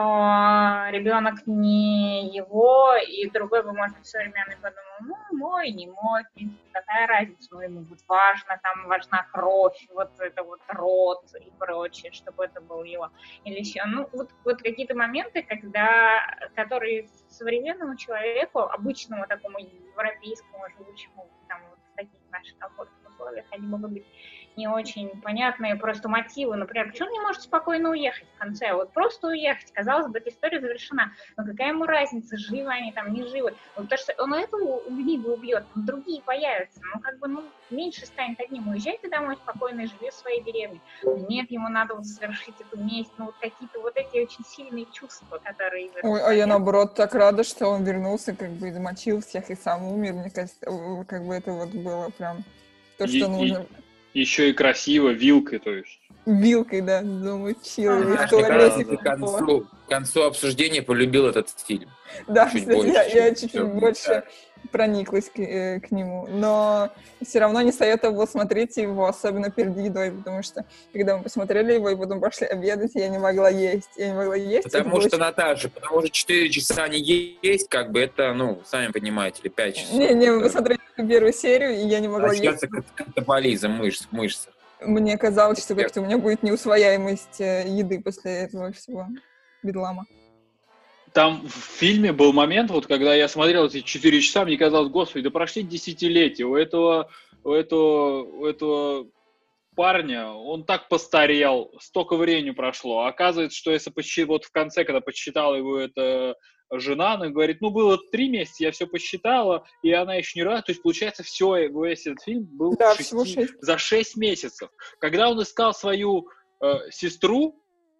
ребенок не его, и другой бы, может быть, современный подумал, ну, мой, не мой, в принципе, какая разница, ну, ему вот важно, там важна кровь, вот это вот род и прочее, чтобы это был его. Или еще, ну, вот, вот какие-то моменты, когда, которые современному человеку, обычному такому европейскому, живущему там вот в таких наших комфортных условиях, они могут быть не очень понятные просто мотивы. Например, почему он не может спокойно уехать в конце? Вот просто уехать. Казалось бы, эта история завершена. Но какая ему разница, живы они там, не живы? Ну, потому что он эту гниду убьет, там другие появятся. Ну, как бы, ну, меньше станет одним. Уезжайте домой спокойно и живи в своей деревне. Нет, ему надо вот совершить эту месть. Ну, вот какие-то вот эти очень сильные чувства, которые... Ой, а я наоборот так рада, что он вернулся, как бы замочил всех и сам умер. Мне кажется, э, как бы это вот было прям то, И- что и- нужно. Еще и красиво, вилкой, то есть. Вилкой, да, замочил его Ага. из Мне кажется, туалетика. ты к концу, к концу обсуждения полюбил этот фильм. Да, чуть кстати, больше, я, я чем чуть-чуть всё. больше Да. прониклась к, э, к нему. Но все равно не советовала смотреть его, особенно перед едой, потому что когда мы посмотрели его и потом пошли обедать, я не могла есть. Я не могла есть. это Потому было что, очень- Наташа, потому что четыре часа не есть, как бы это, ну, сами понимаете, или пять часов. Не-не, мы Это посмотрели первую серию, и я не могла есть. начнется кат- катаболизм мышц, мышц. Мне казалось, что Я- как-то у меня будет неусвояемость э, еды после этого всего бедлама. Там в фильме был момент, вот когда я смотрел эти четыре часа, мне казалось, господи, да прошли десятилетия, у этого, у этого, у этого парня, он так постарел, столько времени прошло. А оказывается, что если посчитать, вот в конце, когда посчитала его эта жена, она говорит, ну, было три месяца, я все посчитала, и она еще не раз, то есть, получается, все, весь этот фильм был Да, шести- всего шесть. за шесть месяцев. Когда он искал свою э, сестру,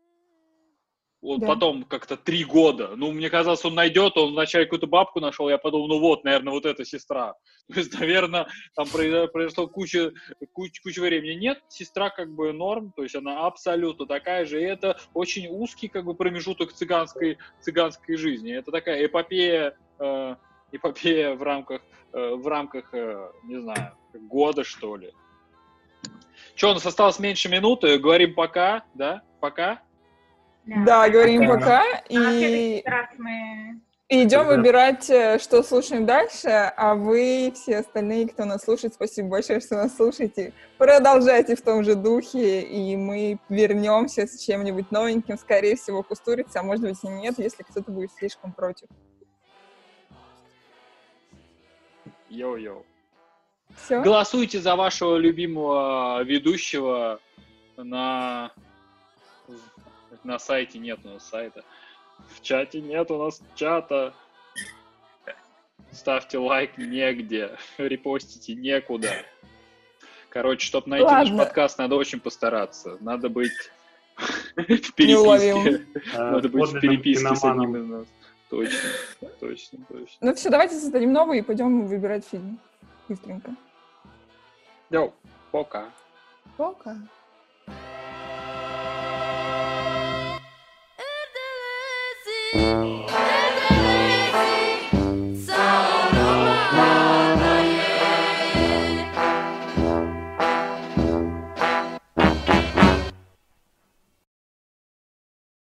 вот Да. потом как-то три года. Ну, мне казалось, он найдет, он вначале какую-то бабку нашел, я подумал, ну вот, наверное, вот эта сестра. То есть, наверное, там произошло, произошло куча, куча, куча времени. Нет, сестра как бы норм, то есть она абсолютно такая же, и это очень узкий как бы промежуток цыганской, цыганской жизни. Это такая эпопея, э, эпопея в рамках, э, в рамках, э, не знаю, года, что ли. Че, у нас осталось меньше минуты, говорим пока, да, пока. Да, говорим Пока. пока, А в следующий и раз мы... и идем Тогда- выбирать, э, что слушаем дальше, а вы, все остальные, кто нас слушает, спасибо большое, что нас слушаете. Продолжайте в том же духе, и мы вернемся с чем-нибудь новеньким, скорее всего, к устурице, а может быть и нет, если кто-то будет слишком против. Йоу-йоу. Все? Голосуйте за вашего любимого ведущего на, на сайте. Нет у нас сайта. В чате нет у нас чата. Ставьте лайк негде. Репостите некуда. Короче, чтобы найти Ладно. наш подкаст, надо очень постараться. Надо быть в Неуловимым. переписке. Э, Надо быть в подлинным переписке с одним киноманом. из нас. Точно, точно, точно. Ну все, давайте создадим новый и пойдем выбирать фильм. Быстренько. Йоу, пока. Пока.